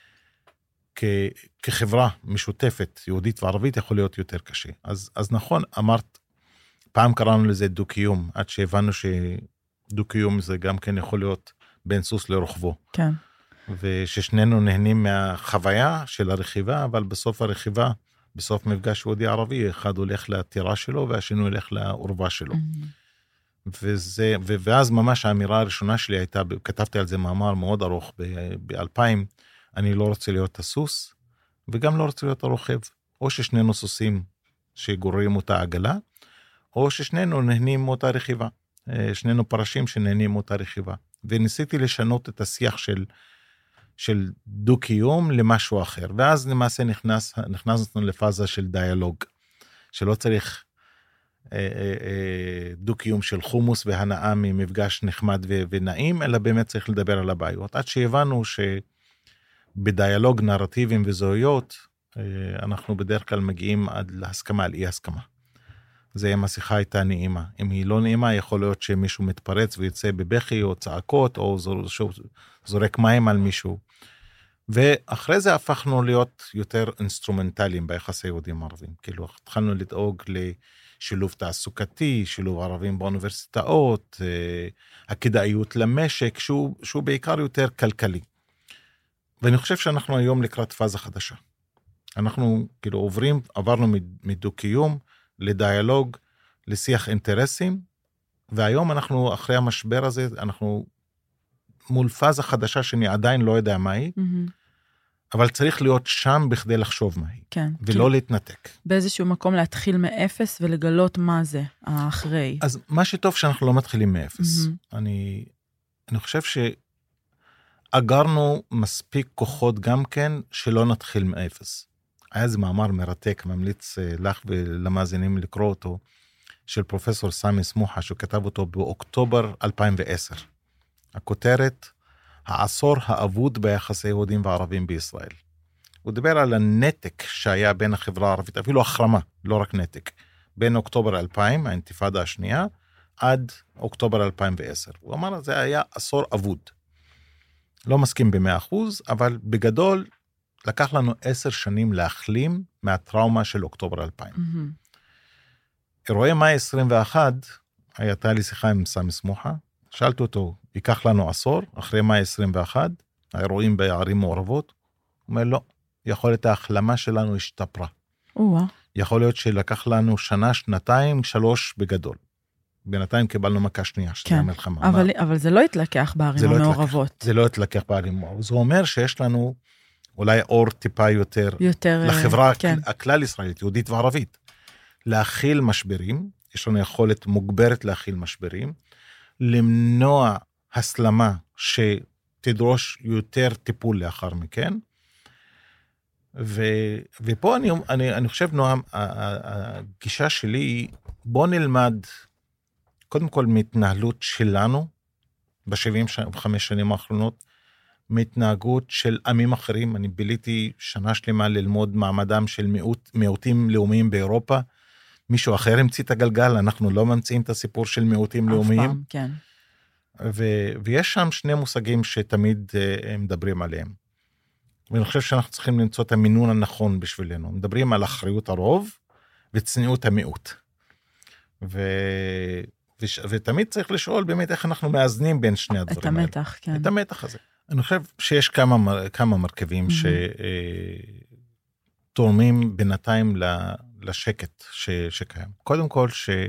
כחברה משותפת, יהודית וערבית, יכול להיות יותר קשה. אז נכון, אמרת, פעם קראנו לזה דו-קיום, עד שהבנו שדו-קיום זה גם כן יכול להיות בין סוס לרוכבו. כן. וששנינו נהנים מהחוויה של הרכיבה, אבל בסוף הרכיבה, בסוף מפגש יהודי ערבי, אחד הולך לטירה שלו, והשני הולך לעורבה שלו. ואז ממש האמירה הראשונה שלי הייתה, כתבתי על זה מאמר מאוד ארוך ב-2000, אני לא רוצה להיות הסוס, וגם לא רוצה להיות הרוכב. או ששנינו סוסים שגוררים אותה עגלה, או ששנינו נהנים מאותה רכיבה. שנינו פרשים שנהנים מאותה רכיבה. וניסיתי לשנות את השיח של דו-קיום למשהו אחר. ואז למעשה נכנסנו לפאזה של דיאלוג, שלא צריך דו-קיום של חומוס והנאה ממפגש נחמד ונעים, אלא באמת צריך לדבר על הבעיות. עד שהבנו שבדיאלוג נרטיבים וזהויות, אנחנו בדרך כלל מגיעים עד להסכמה על אי הסכמה. זה אם השיחה הייתה נעימה. אם היא לא נעימה, יכול להיות שמישהו מתפרץ ויוצא בבכי או צעקות, או זורק מים על מישהו. ואחרי זה הפכנו להיות יותר אינסטרומנטליים ביחסי יהודים ערבים. כאילו, התחלנו לדאוג לשילוב תעסוקתי, שילוב ערבים באוניברסיטאות, הכדאיות למשק, שהוא בעיקר יותר כלכלי. ואני חושב שאנחנו היום לקראת פאזה חדשה. אנחנו כאילו עברנו מדו-קיום לדיאלוג, לשיח אינטרסים, והיום אנחנו, אחרי המשבר הזה, אנחנו מול פאזה חדשה שאני עדיין לא יודע מה היא, אבל צריך להיות שם בכדי לחשוב מה היא, כן, ולא להתנתק. באיזשהו מקום להתחיל מאפס ולגלות מה זה האחרי. אז מה שטוב שאנחנו לא מתחילים מאפס. אני חושב שאגרנו מספיק כוחות גם כן שלא נתחיל מאפס. היה איזה מאמר מרתק, ממליץ לך ולמאזינים לקרוא אותו, של פרופסור סמי סמוחה, שכתב אותו באוקטובר 2010. הכותרת, העשור האבוד ביחסי יהודים וערבים בישראל. הוא דיבר על הנתק שהיה בין החברה הערבית, אפילו החרמה, לא רק נתק, בין אוקטובר 2000, האינתיפאדה השנייה, עד אוקטובר 2010. הוא אמר, זה היה עשור אבוד. לא מסכים ב100%, אבל בגדול לקח לנו 10 שנים להחלים מהטראומה של אוקטובר 2000. אירועי מאי 21, הייתה לי שיחה עם סמי סמוחה, שאלתי אותו, ייקח לנו עשור, אחרי מאי 21, האירועים בערים מעורבות, הוא אומר, לא, יכול להיות ההחלמה שלנו השתפרה. יכול להיות שלקח לנו שנה, שנתיים, 3 בגדול. בינתיים קיבלנו מכה שנייה, שזה המלחמה. אבל זה לא התלקח בערים המעורבות. זה לא התלקח בערים המעורבות. זה אומר שיש לנו אולי אור טיפה יותר לחברה הכלל ישראלית, יהודית וערבית. להכיל משברים, יש לנו יכולת מוגברת להכיל משברים, למנוע הסלמה שתדרוש יותר טיפול לאחר מכן, ופה אני חושב, נועם, הגישה שלי היא, בוא נלמד, קודם כל מהתנהלות שלנו, ב-75 שנים האחרונות, מהתנהגות של עמים אחרים. אני ביליתי שנה שלמה ללמוד מעמדם של מיעוטים לאומיים באירופה, מישהו אחר המציא את הגלגל, אנחנו לא ממציאים את הסיפור של מיעוטים לאומיים. פעם, כן. ויש שם 2 מושגים שתמיד מדברים עליהם. ואני חושב שאנחנו צריכים למצוא את המינון הנכון בשבילנו. מדברים על אחריות הרוב וצניעות המיעוט. ותמיד צריך לשאול באמת איך אנחנו מאזנים בין שני הדברים האלה. את המתח, כן. את המתח הזה. אני חושב שיש כמה מרכיבים שתורמים בינתיים לשקט שקיים. קודם כל,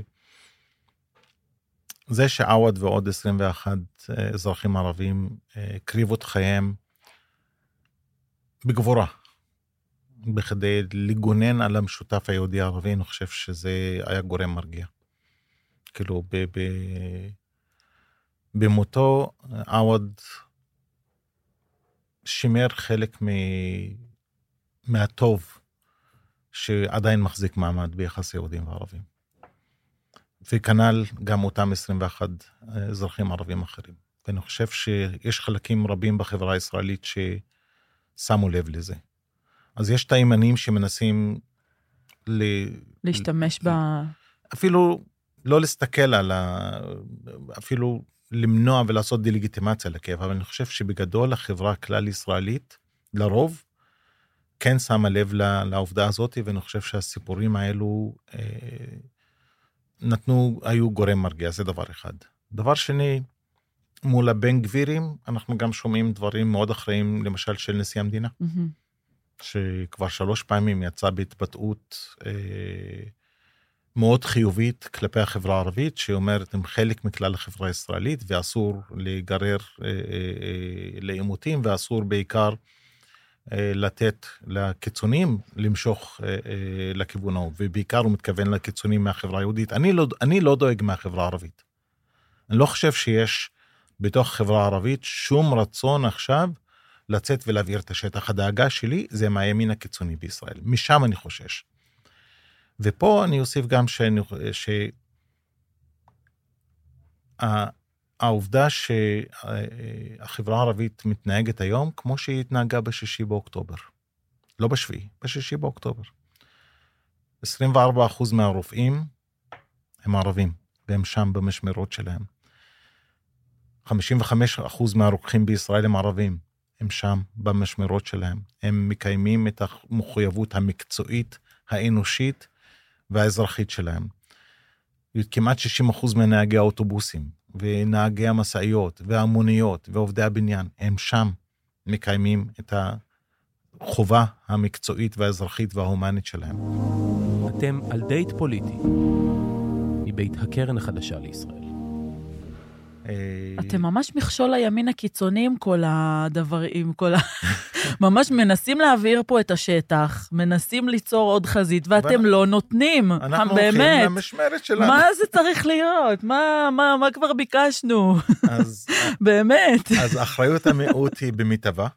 זה שעווד ועוד 21 אזרחים ערבים קריבו את חייהם בגבורה, בכדי לגונן על המשותף היהודי הערבי. אני חושב שזה היה גורם מרגיע. כאילו, במותו, עווד שימר חלק מהטוב שעדיין מחזיק מעמד ביחס יהודים וערבים. וכנ"ל גם אותם 21 אזרחים ערבים אחרים. ואני חושב שיש חלקים רבים בחברה הישראלית ששמו לב לזה. אז יש את הימנים שמנסים להשתמש אפילו לא להסתכל אפילו למנוע ולעשות דלגיטימציה לכאב, אבל אני חושב שבגדול החברה הכלל ישראלית, לרוב, כן שמה לב לעובדה הזאת, ואני חושב שהסיפורים האלו היו גורם מרגיע, זה דבר אחד. דבר שני, מול הבן גבירים, אנחנו גם שומעים דברים מאוד אחרים, למשל של נשיא המדינה, שכבר 3 פעמים יצא בהתבטאות מאוד חיובית כלפי החברה הערבית, שאומרת, הם חלק מכלל החברה הישראלית, ואסור להיגרר לעימותים, ואסור בעיקר לתת לקיצונים למשוך לכיוון ההוא, ובעיקר הוא מתכוון לקיצונים מהחברה היהודית. אני לא דואג מהחברה הערבית. אני לא חושב שיש בתוך החברה הערבית שום רצון עכשיו לצאת ולהעביר את השטח. הדאגה שלי זה מהימין הקיצוני בישראל. משם אני חושש. ופה אני אוסיף גם העובדה שהחברה הערבית מתנהגת היום כמו שהיא התנהגה ב6 באוקטובר. לא ב7, ב6 באוקטובר. 24% מהרופאים הם ערבים, והם שם במשמרות שלהם. 55% מהרוקחים בישראל הם ערבים, הם שם במשמרות שלהם. הם מקיימים את המחויבות המקצועית, האנושית והאזרחית שלהם. כמעט 60% מנהגי האוטובוסים, ונהגי המסעיות, והמוניות, ועובדי הבניין, הם שם מקיימים את החובה המקצועית והאזרחית וההומנית שלהם. אתם על דייט פוליטי, מבית הקרן החדשה לישראל. אתם ממש מכשול הימין הקיצוני עם כל הדברים, ממש מנסים להעביר פה את השטח, מנסים ליצור עוד חזית, ואתם לא נותנים. אנחנו הולכים למשמרת שלנו. מה זה צריך להיות? מה כבר ביקשנו? באמת. אז אחריות המיעוט היא במטבע.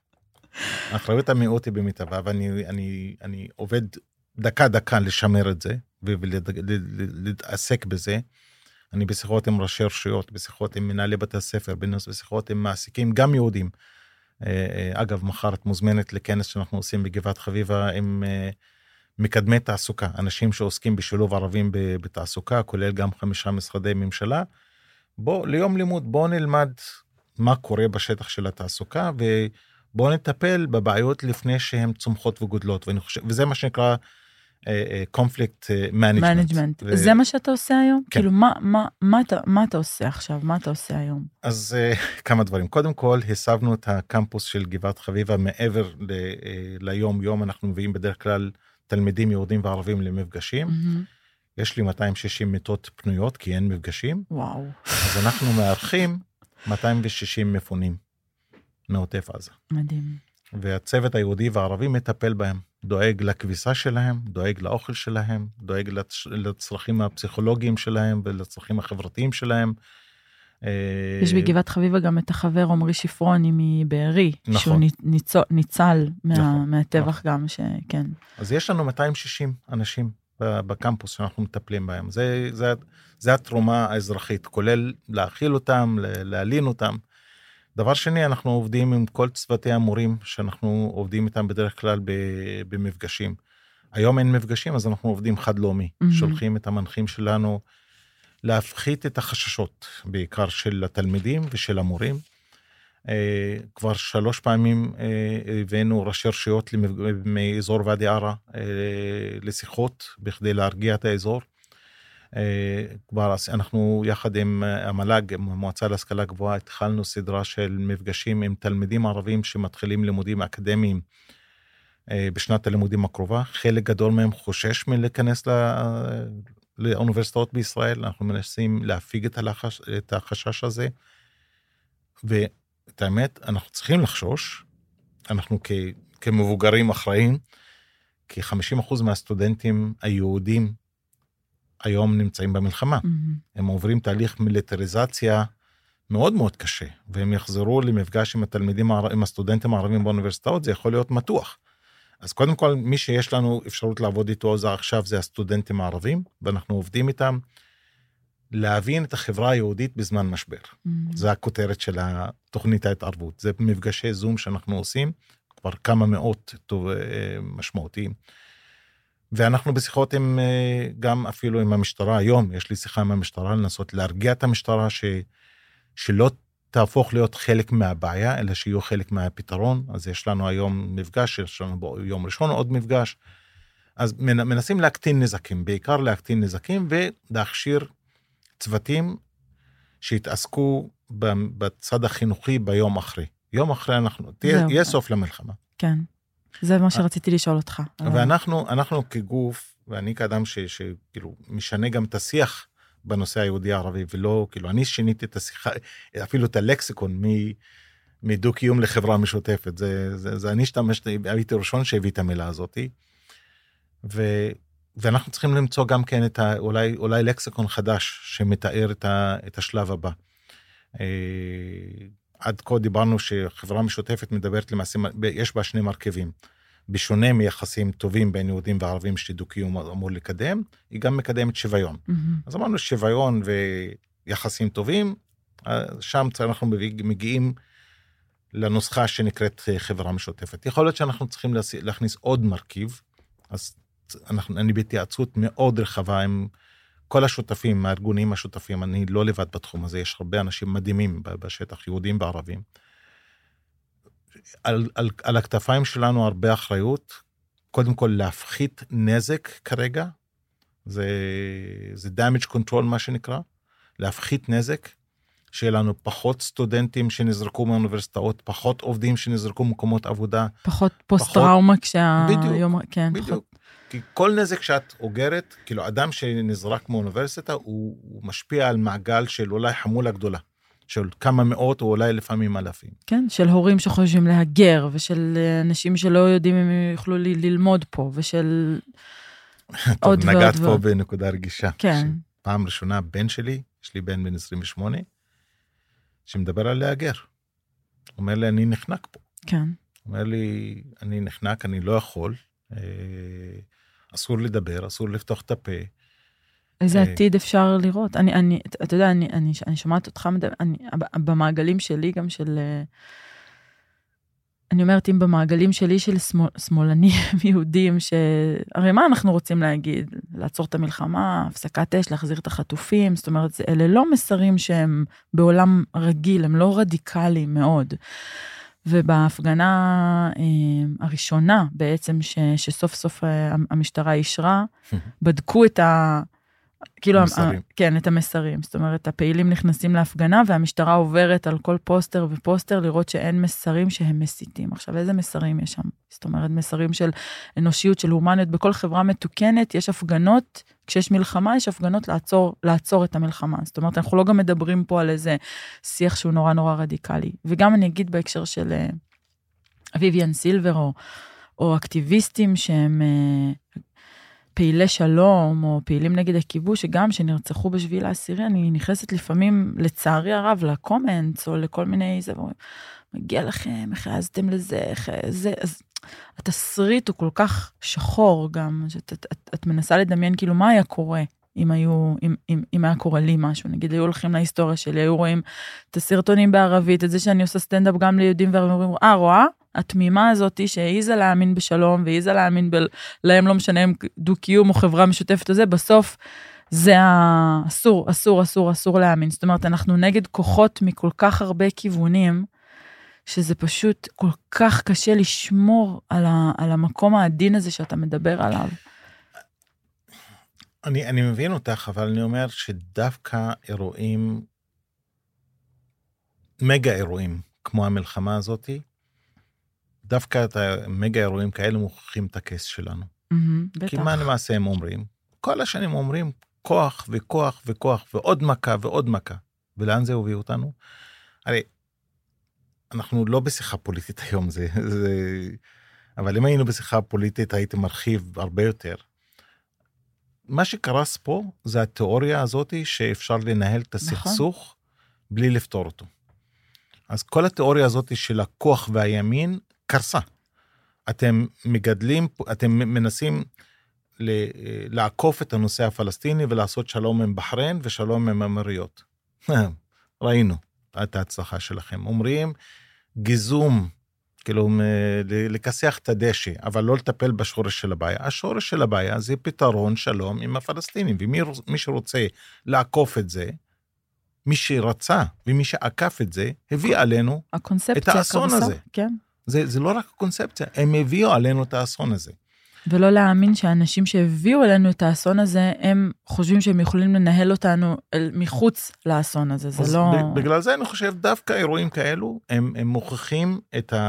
ואני עובד דקה לשמר את זה, ולהתעסק בזה. אני בשיחות עם ראשי רשויות, בשיחות עם מנהלי בתי הספר, בשיחות עם מעסיקים, גם יהודים. אגב, מחר את מוזמנת לכנס שאנחנו עושים בגבעת חביבה עם מקדמי תעסוקה, אנשים שעוסקים בשילוב ערבים בתעסוקה, כולל גם 5 משרדי ממשלה. ליום לימוד, בואו נלמד מה קורה בשטח של התעסוקה, ובואו נטפל בבעיות לפני שהן צומחות וגודלות, וזה מה שנקרא conflict management. זה מה שאתה עושה היום? כן. כאילו, מה אתה עושה עכשיו? מה אתה עושה היום? אז כמה דברים. קודם כל, הסבנו את הקמפוס של גבעת חביבה, מעבר ליום, אנחנו מביאים בדרך כלל תלמידים יהודים וערבים למפגשים. יש לי 260 מיטות פנויות, כי אין מפגשים. וואו. אז אנחנו מארחים 260 מפונים מעוטף עזה. מדהים. והצוות היהודי והערבי מטפל בהם. דואג לכביסה שלהם, דואג לאוכל שלהם, דואג לצרכים הפסיכולוגיים שלהם ולצרכים החברתיים שלהם. יש בגבעת חביבה גם את החבר עומרי שפרוני מבארי, נכון. שהוא ניצל נכון, מהטבח נכון. גם שכן. אז יש לנו 260 אנשים בקמפוס שאנחנו מטפלים בהם. זה התרומה האזרחית, כולל להאכיל אותם, להלין אותם. דבר שני, אנחנו עובדים עם כל צוותי המורים שאנחנו עובדים איתם בדרך כלל במפגשים. היום אין מפגשים, אז אנחנו עובדים חד-לאומי. שולחים את המנחים שלנו להפחית את החששות, בעיקר של התלמידים ושל המורים. כבר 3 פעמים הבאנו ראשי רשויות מאזור ואדי ערה לשיחות, בכדי להרגיע את האזור. כבר אנחנו יחד עם המל"ג, המועצה להשכלה גבוהה, התחלנו סדרה של מפגשים עם תלמידים ערבים שמתחילים לימודים אקדמיים בשנת הלימודים הקרובה. חלק גדול מהם חושש מלהיכנס לאוניברסיטאות בישראל. אנחנו מנסים להפיג את החשש הזה. ואת האמת, אנחנו צריכים לחשוש. אנחנו כמבוגרים אחראים, כ-50% מהסטודנטים היהודים היום נמצאים במלחמה. הם עוברים תהליך מיליטריזציה מאוד מאוד קשה, והם יחזרו למפגש עם הסטודנטים הערבים באוניברסיטאות, זה יכול להיות מתוח. אז קודם כל, מי שיש לנו אפשרות לעבוד איתו עכשיו, זה הסטודנטים הערבים, ואנחנו עובדים איתם, להבין את החברה היהודית בזמן משבר. זה הכותרת של תוכנית ההתערבות. זה מפגשי זום שאנחנו עושים, כבר כמה מאות משמעותיים. ואנחנו בשיחות גם אפילו עם המשטרה, היום יש לי שיחה עם המשטרה, לנסות להרגיע את המשטרה, שלא תהפוך להיות חלק מהבעיה, אלא שיהיו חלק מהפתרון. אז יש לנו היום מפגש, יש לנו יום ראשון עוד מפגש, אז מנסים להקטין נזקים, בעיקר להקטין נזקים, ולהכשיר צוותים שהתעסקו בצד החינוכי ביום אחרי. יום אחרי יהיה סוף למלחמה. כן. זה מה שרציתי לשאול אותך. ואנחנו כגוף, ואני כאדם שכאילו משנה גם את השיח בנושא היהודי הערבי, ולא, כאילו, אני שיניתי את השיחה, אפילו את הלקסיקון מדו-קיום לחברה משותפת. זה אני הייתי ראשון שהביא את המילה הזאת, ואנחנו צריכים למצוא גם כן אולי לקסיקון חדש, שמתאר את השלב הבא. עד כה דיברנו שחברה משותפת מדברת למעשה, יש בה 2 מרכיבים. בשונה מיחסים טובים בין יהודים וערבים שדו-קיום אמור לקדם, היא גם מקדמת שוויון. אז אמרנו שוויון ויחסים טובים, שם אנחנו מגיעים לנוסחה שנקראת חברה משותפת. יכול להיות שאנחנו צריכים להכניס עוד מרכיב, אז אני בהתייעצות מאוד רחבה עם כל השותפים, הארגונים השותפים, אני לא לבד בתחום הזה, יש הרבה אנשים מדהימים בשטח, יהודים וערבים. על הכתפיים שלנו הרבה אחריות, קודם כל להפחית נזק כרגע, זה damage control מה שנקרא, להפחית נזק, שיהיה לנו פחות סטודנטים שנזרקו מהאוניברסיטאות, פחות עובדים שנזרקו ממקומות עבודה. פחות פוסט-טראומה בדיוק, כן, בדיוק. כי כל נזק שאת אוגרת, כאילו אדם שנזרק מאוניברסיטה, הוא משפיע על מעגל של אולי חמולה גדולה, של כמה מאות או אולי לפעמים אלפים. כן, של הורים שחושבים להגר, ושל אנשים שלא יודעים אם הם יוכלו ללמוד פה, ושל עוד ועוד. נגעת פה בנקודה רגישה. כן. פעם ראשונה בן שלי, יש לי בן 28, שמדבר על להגר. הוא אומר לי, אני נחנק פה. כן. הוא אומר לי, אני נחנק, אני לא יכול, אסור לדבר, אסור לפתוח את הפה. איזה עתיד אפשר לראות? אתה יודע, אני שומעת אותך, במעגלים שלי גם אני אומרת, אם במעגלים שלי של שמאלנים יהודים, הרי מה אנחנו רוצים להגיד? לעצור את המלחמה, הפסקת אש, להחזיר את החטופים, זאת אומרת, אלה לא מסרים שהם בעולם רגיל, הם לא רדיקליים מאוד. ובהפגנה הראשונה בעצם, שסוף סוף המשטרה אישרה, בדקו את כאילו, כן, את המסרים. זאת אומרת, הפעילים נכנסים להפגנה, והמשטרה עוברת על כל פוסטר ופוסטר, לראות שאין מסרים שהם מסיתים. עכשיו, איזה מסרים יש שם? זאת אומרת, מסרים של אנושיות, של הומניות. בכל חברה מתוקנת יש הפגנות, כשיש מלחמה, יש הפגנות לעצור את המלחמה. זאת אומרת, אנחנו לא גם מדברים פה על איזה שיח שהוא נורא נורא רדיקלי. וגם אני אגיד בהקשר של ויויאן סילבר, או אקטיביסטים שהם פעילי שלום, או פעילים נגד הכיבוש, שגם שנרצחו בשביל העשירי, אני נכנסת לפעמים, לצערי הרב, לקומנטס, או לכל מיני, זה, מגיע לכם, איך העזתם לזה, איך זה, אז התסריט הוא כל כך שחור גם, שאת מנסה לדמיין כאילו מה היה קורה, אם היה קורה לי משהו, נגיד, היו הולכים להיסטוריה שלי, היו רואים את הסרטונים בערבית, את זה שאני עושה סטנדאפ גם ליהודים, ואומרים, רואה? התמימה הזאת שהעיזה להאמין בשלום, והעיזה להאמין להם לא משנה אם דו-קיום או חברה משותפת הזה, בסוף זה אסור להאמין. זאת אומרת, אנחנו נגד כוחות מכל כך הרבה כיוונים, שזה פשוט כל כך קשה לשמור על המקום העדין הזה שאתה מדבר עליו. אני מבין אותך, אבל אני אומר שדווקא אירועים, מגה אירועים, כמו המלחמה הזאת, דווקא את המגה אירועים כאלה מוכיחים את הכס שלנו. כי מה למעשה הם אומרים? כל השנים אומרים כוח וכוח וכוח, ועוד מכה ועוד מכה. ולאן זה הוביל אותנו? הרי, אנחנו לא בשיחה פוליטית היום, אבל אם היינו בשיחה פוליטית, הייתי מרחיב הרבה יותר. מה שקרס פה, זה התיאוריה הזאת שאפשר לנהל את הסכסוך בלי לפתור אותו. אז כל התיאוריה הזאת של הכוח והימין קרסה. אתם מנסים לעקוף את הנושא הפלסטיני ולעשות שלום עם בחריין ושלום עם האמירויות. ראינו את ההצלחה שלכם. אומרים גיזום, כאילו לכסח את הדשא, אבל לא לטפל בשורש של הבעיה. השורש של הבעיה זה פתרון שלום עם הפלסטינים, ומי שרוצה לעקוף את זה, מי שרצה ומי שעקף את זה, הביא עלינו את האסון הזה. כן. זה לא רק הקונספציה, הם הביאו עלינו את האסון הזה. ולא להאמין שהאנשים שהביאו עלינו את האסון הזה, הם חושבים שהם יכולים לנהל אותנו מחוץ לאסון הזה, זה לא... בגלל זה אני חושב, דווקא אירועים כאלו, הם מוכיחים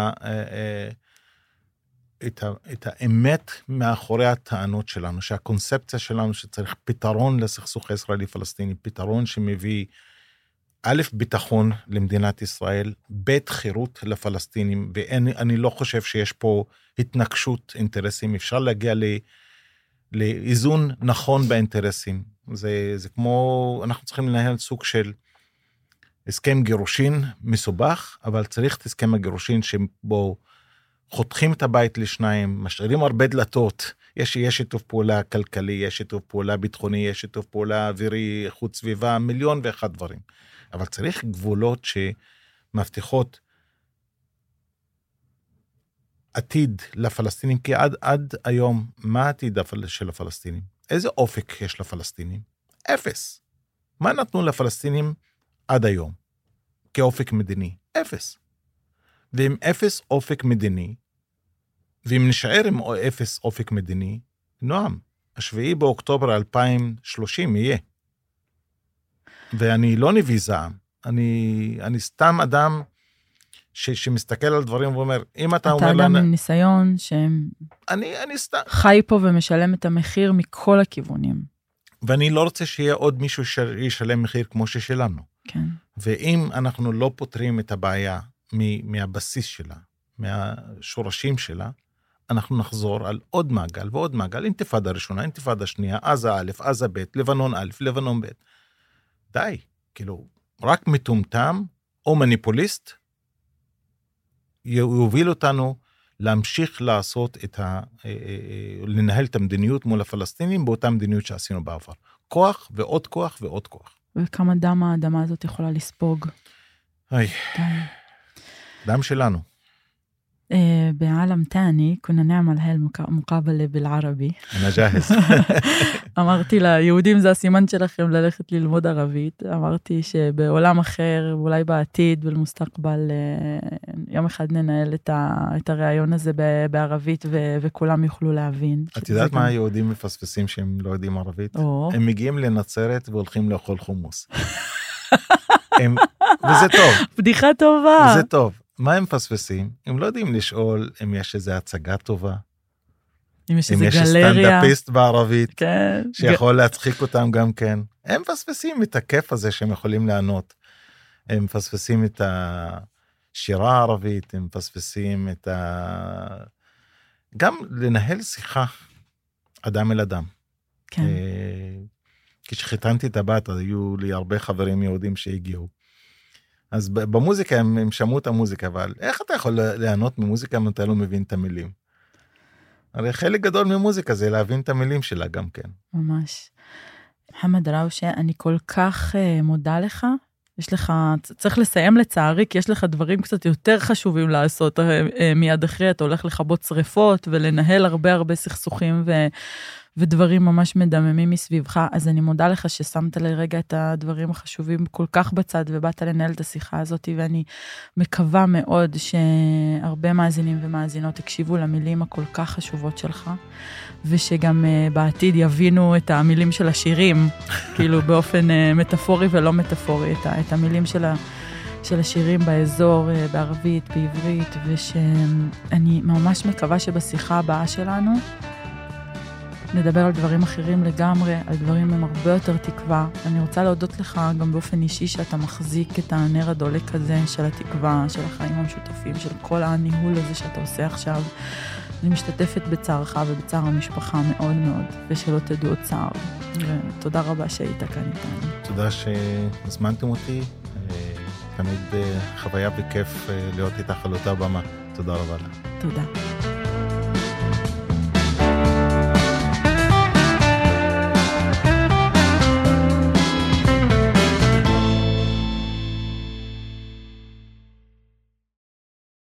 את האמת מאחורי הטענות שלנו, שהקונספציה שלנו שצריך פתרון לסכסוך הישראלי-פלסטיני, פתרון שמביא א', ביטחון למדינת ישראל, ב', חירות לפלסטינים, ואני לא חושב שיש פה התנגשות אינטרסים, אפשר להגיע לאיזון נכון באינטרסים. זה כמו, אנחנו צריכים לנהל סוג של הסכם גירושין מסובך, אבל צריך את הסכם הגירושין שבו חותכים את הבית לשניים, משאירים הרבה דלתות, יש שיתוף פעולה כלכלי, יש שיתוף פעולה ביטחוני, יש שיתוף פעולה אווירי, חוץ סביבה, 1,000,001 דברים. אבל צריך גבולות שמבטיחות עתיד לפלסטינים, כי עד היום, מה העתיד של הפלסטינים? איזה אופק יש לפלסטינים? 0. מה נתנו לפלסטינים עד היום? כאופק מדיני? 0. ועם 0 אופק מדיני, ואם נשאר עם 0 אופק מדיני, נועם, 7 באוקטובר 2030 יהיה. ואני לא נביא זעם, אני סתם אדם שמסתכל על דברים ואומר, אם אתה אומר... אתה אדם עם ניסיון אני סתם... חי פה ומשלם את המחיר מכל הכיוונים. ואני לא רוצה שיהיה עוד מישהו שישלם מחיר כמו ששלנו. כן. ואם אנחנו לא פותרים את הבעיה מהבסיס שלה, מהשורשים שלה, אנחנו נחזור על עוד מעגל ועוד מעגל, אינתיפאדה ראשונה, אינתיפאדה שנייה, עזה א', עזה ב', לבנון א', לבנון ב'. די, כאילו, רק מטומטם או מניפוליסט יוביל אותנו להמשיך לעשות לנהל את המדיניות מול הפלסטינים באותה מדיניות שעשינו בעבר. כוח ועוד כוח ועוד כוח. וכמה דם האדמה הזאת יכולה לספוג? דם שלנו. بعالم تاني كنا نعمل هاي المقابلة بالعربي. أنا جاهز. אמרתי ליהודים זה הסימן שלכם ללכת ללמוד ערבית. אמרתי שבעולם אחר, אולי בעתיד, במוסתקבל, יום אחד ננהל את הרעיון הזה בערבית וכולם יוכלו להבין. את יודעת מה היהודים מפספסים שהם לא יודעים ערבית? הם מגיעים לנצרת והולכים לאכול חומוס. וזה טוב. בדיחה טובה. וזה טוב. מה הם מפספסים? הם לא יודעים לשאול אם יש איזו הצגה טובה. אם יש סטנדאפיסט בערבית, כן. שיכול להצחיק אותם גם כן. הם מפספסים את הכיף הזה שהם יכולים לענות. הם מפספסים את השירה הערבית, הם מפספסים את גם לנהל שיחה אדם אל אדם. כן. כשחיתנתי את הבת, היו לי הרבה חברים יהודים שהגיעו. אז במוזיקה הם שמעו את המוזיקה, אבל איך אתה יכול לענות ממוזיקה אם אתה לא מבין את המילים? הרי חלק גדול ממוזיקה זה להבין את המילים שלה גם כן. ממש. מוחמד דראושה, אני כל כך מודה לך. יש לך, צריך לסיים לצערי, כי יש לך דברים קצת יותר חשובים לעשות מיד אחרי. אתה הולך לכבות שריפות ולנהל הרבה סכסוכים ודברים ממש מדממים מסביבך. אז אני מודה לך ששמת לרגע את הדברים החשובים כל כך בצד, ובאת לנהל את השיחה הזאת, ואני מקווה מאוד שהרבה מאזינים ומאזינות הקשיבו למילים הכל כך חשובות שלך, ושגם בעתיד יבינו את המילים של השירים, כאילו באופן מטאפורי ולא מטאפורי, את המילים של השירים באזור, בערבית, בעברית, ושאני ממש מקווה שבשיחה הבאה שלנו, נדבר על דברים אחרים לגמרי, על דברים עם הרבה יותר תקווה. אני רוצה להודות לך גם באופן אישי שאתה מחזיק את הנר הדולק הזה של התקווה, של החיים המשותפים, של כל הניהול הזה שאתה עושה עכשיו. אני משתתפת בצערך ובצער המשפחה מאוד מאוד, ושלא תדעו עוד צער. ותודה רבה שהיית כאן איתנו. תודה שהזמנתם אותי. תמיד חוויה וכיף להיות איתך על אותה במה. תודה רבה לך. תודה.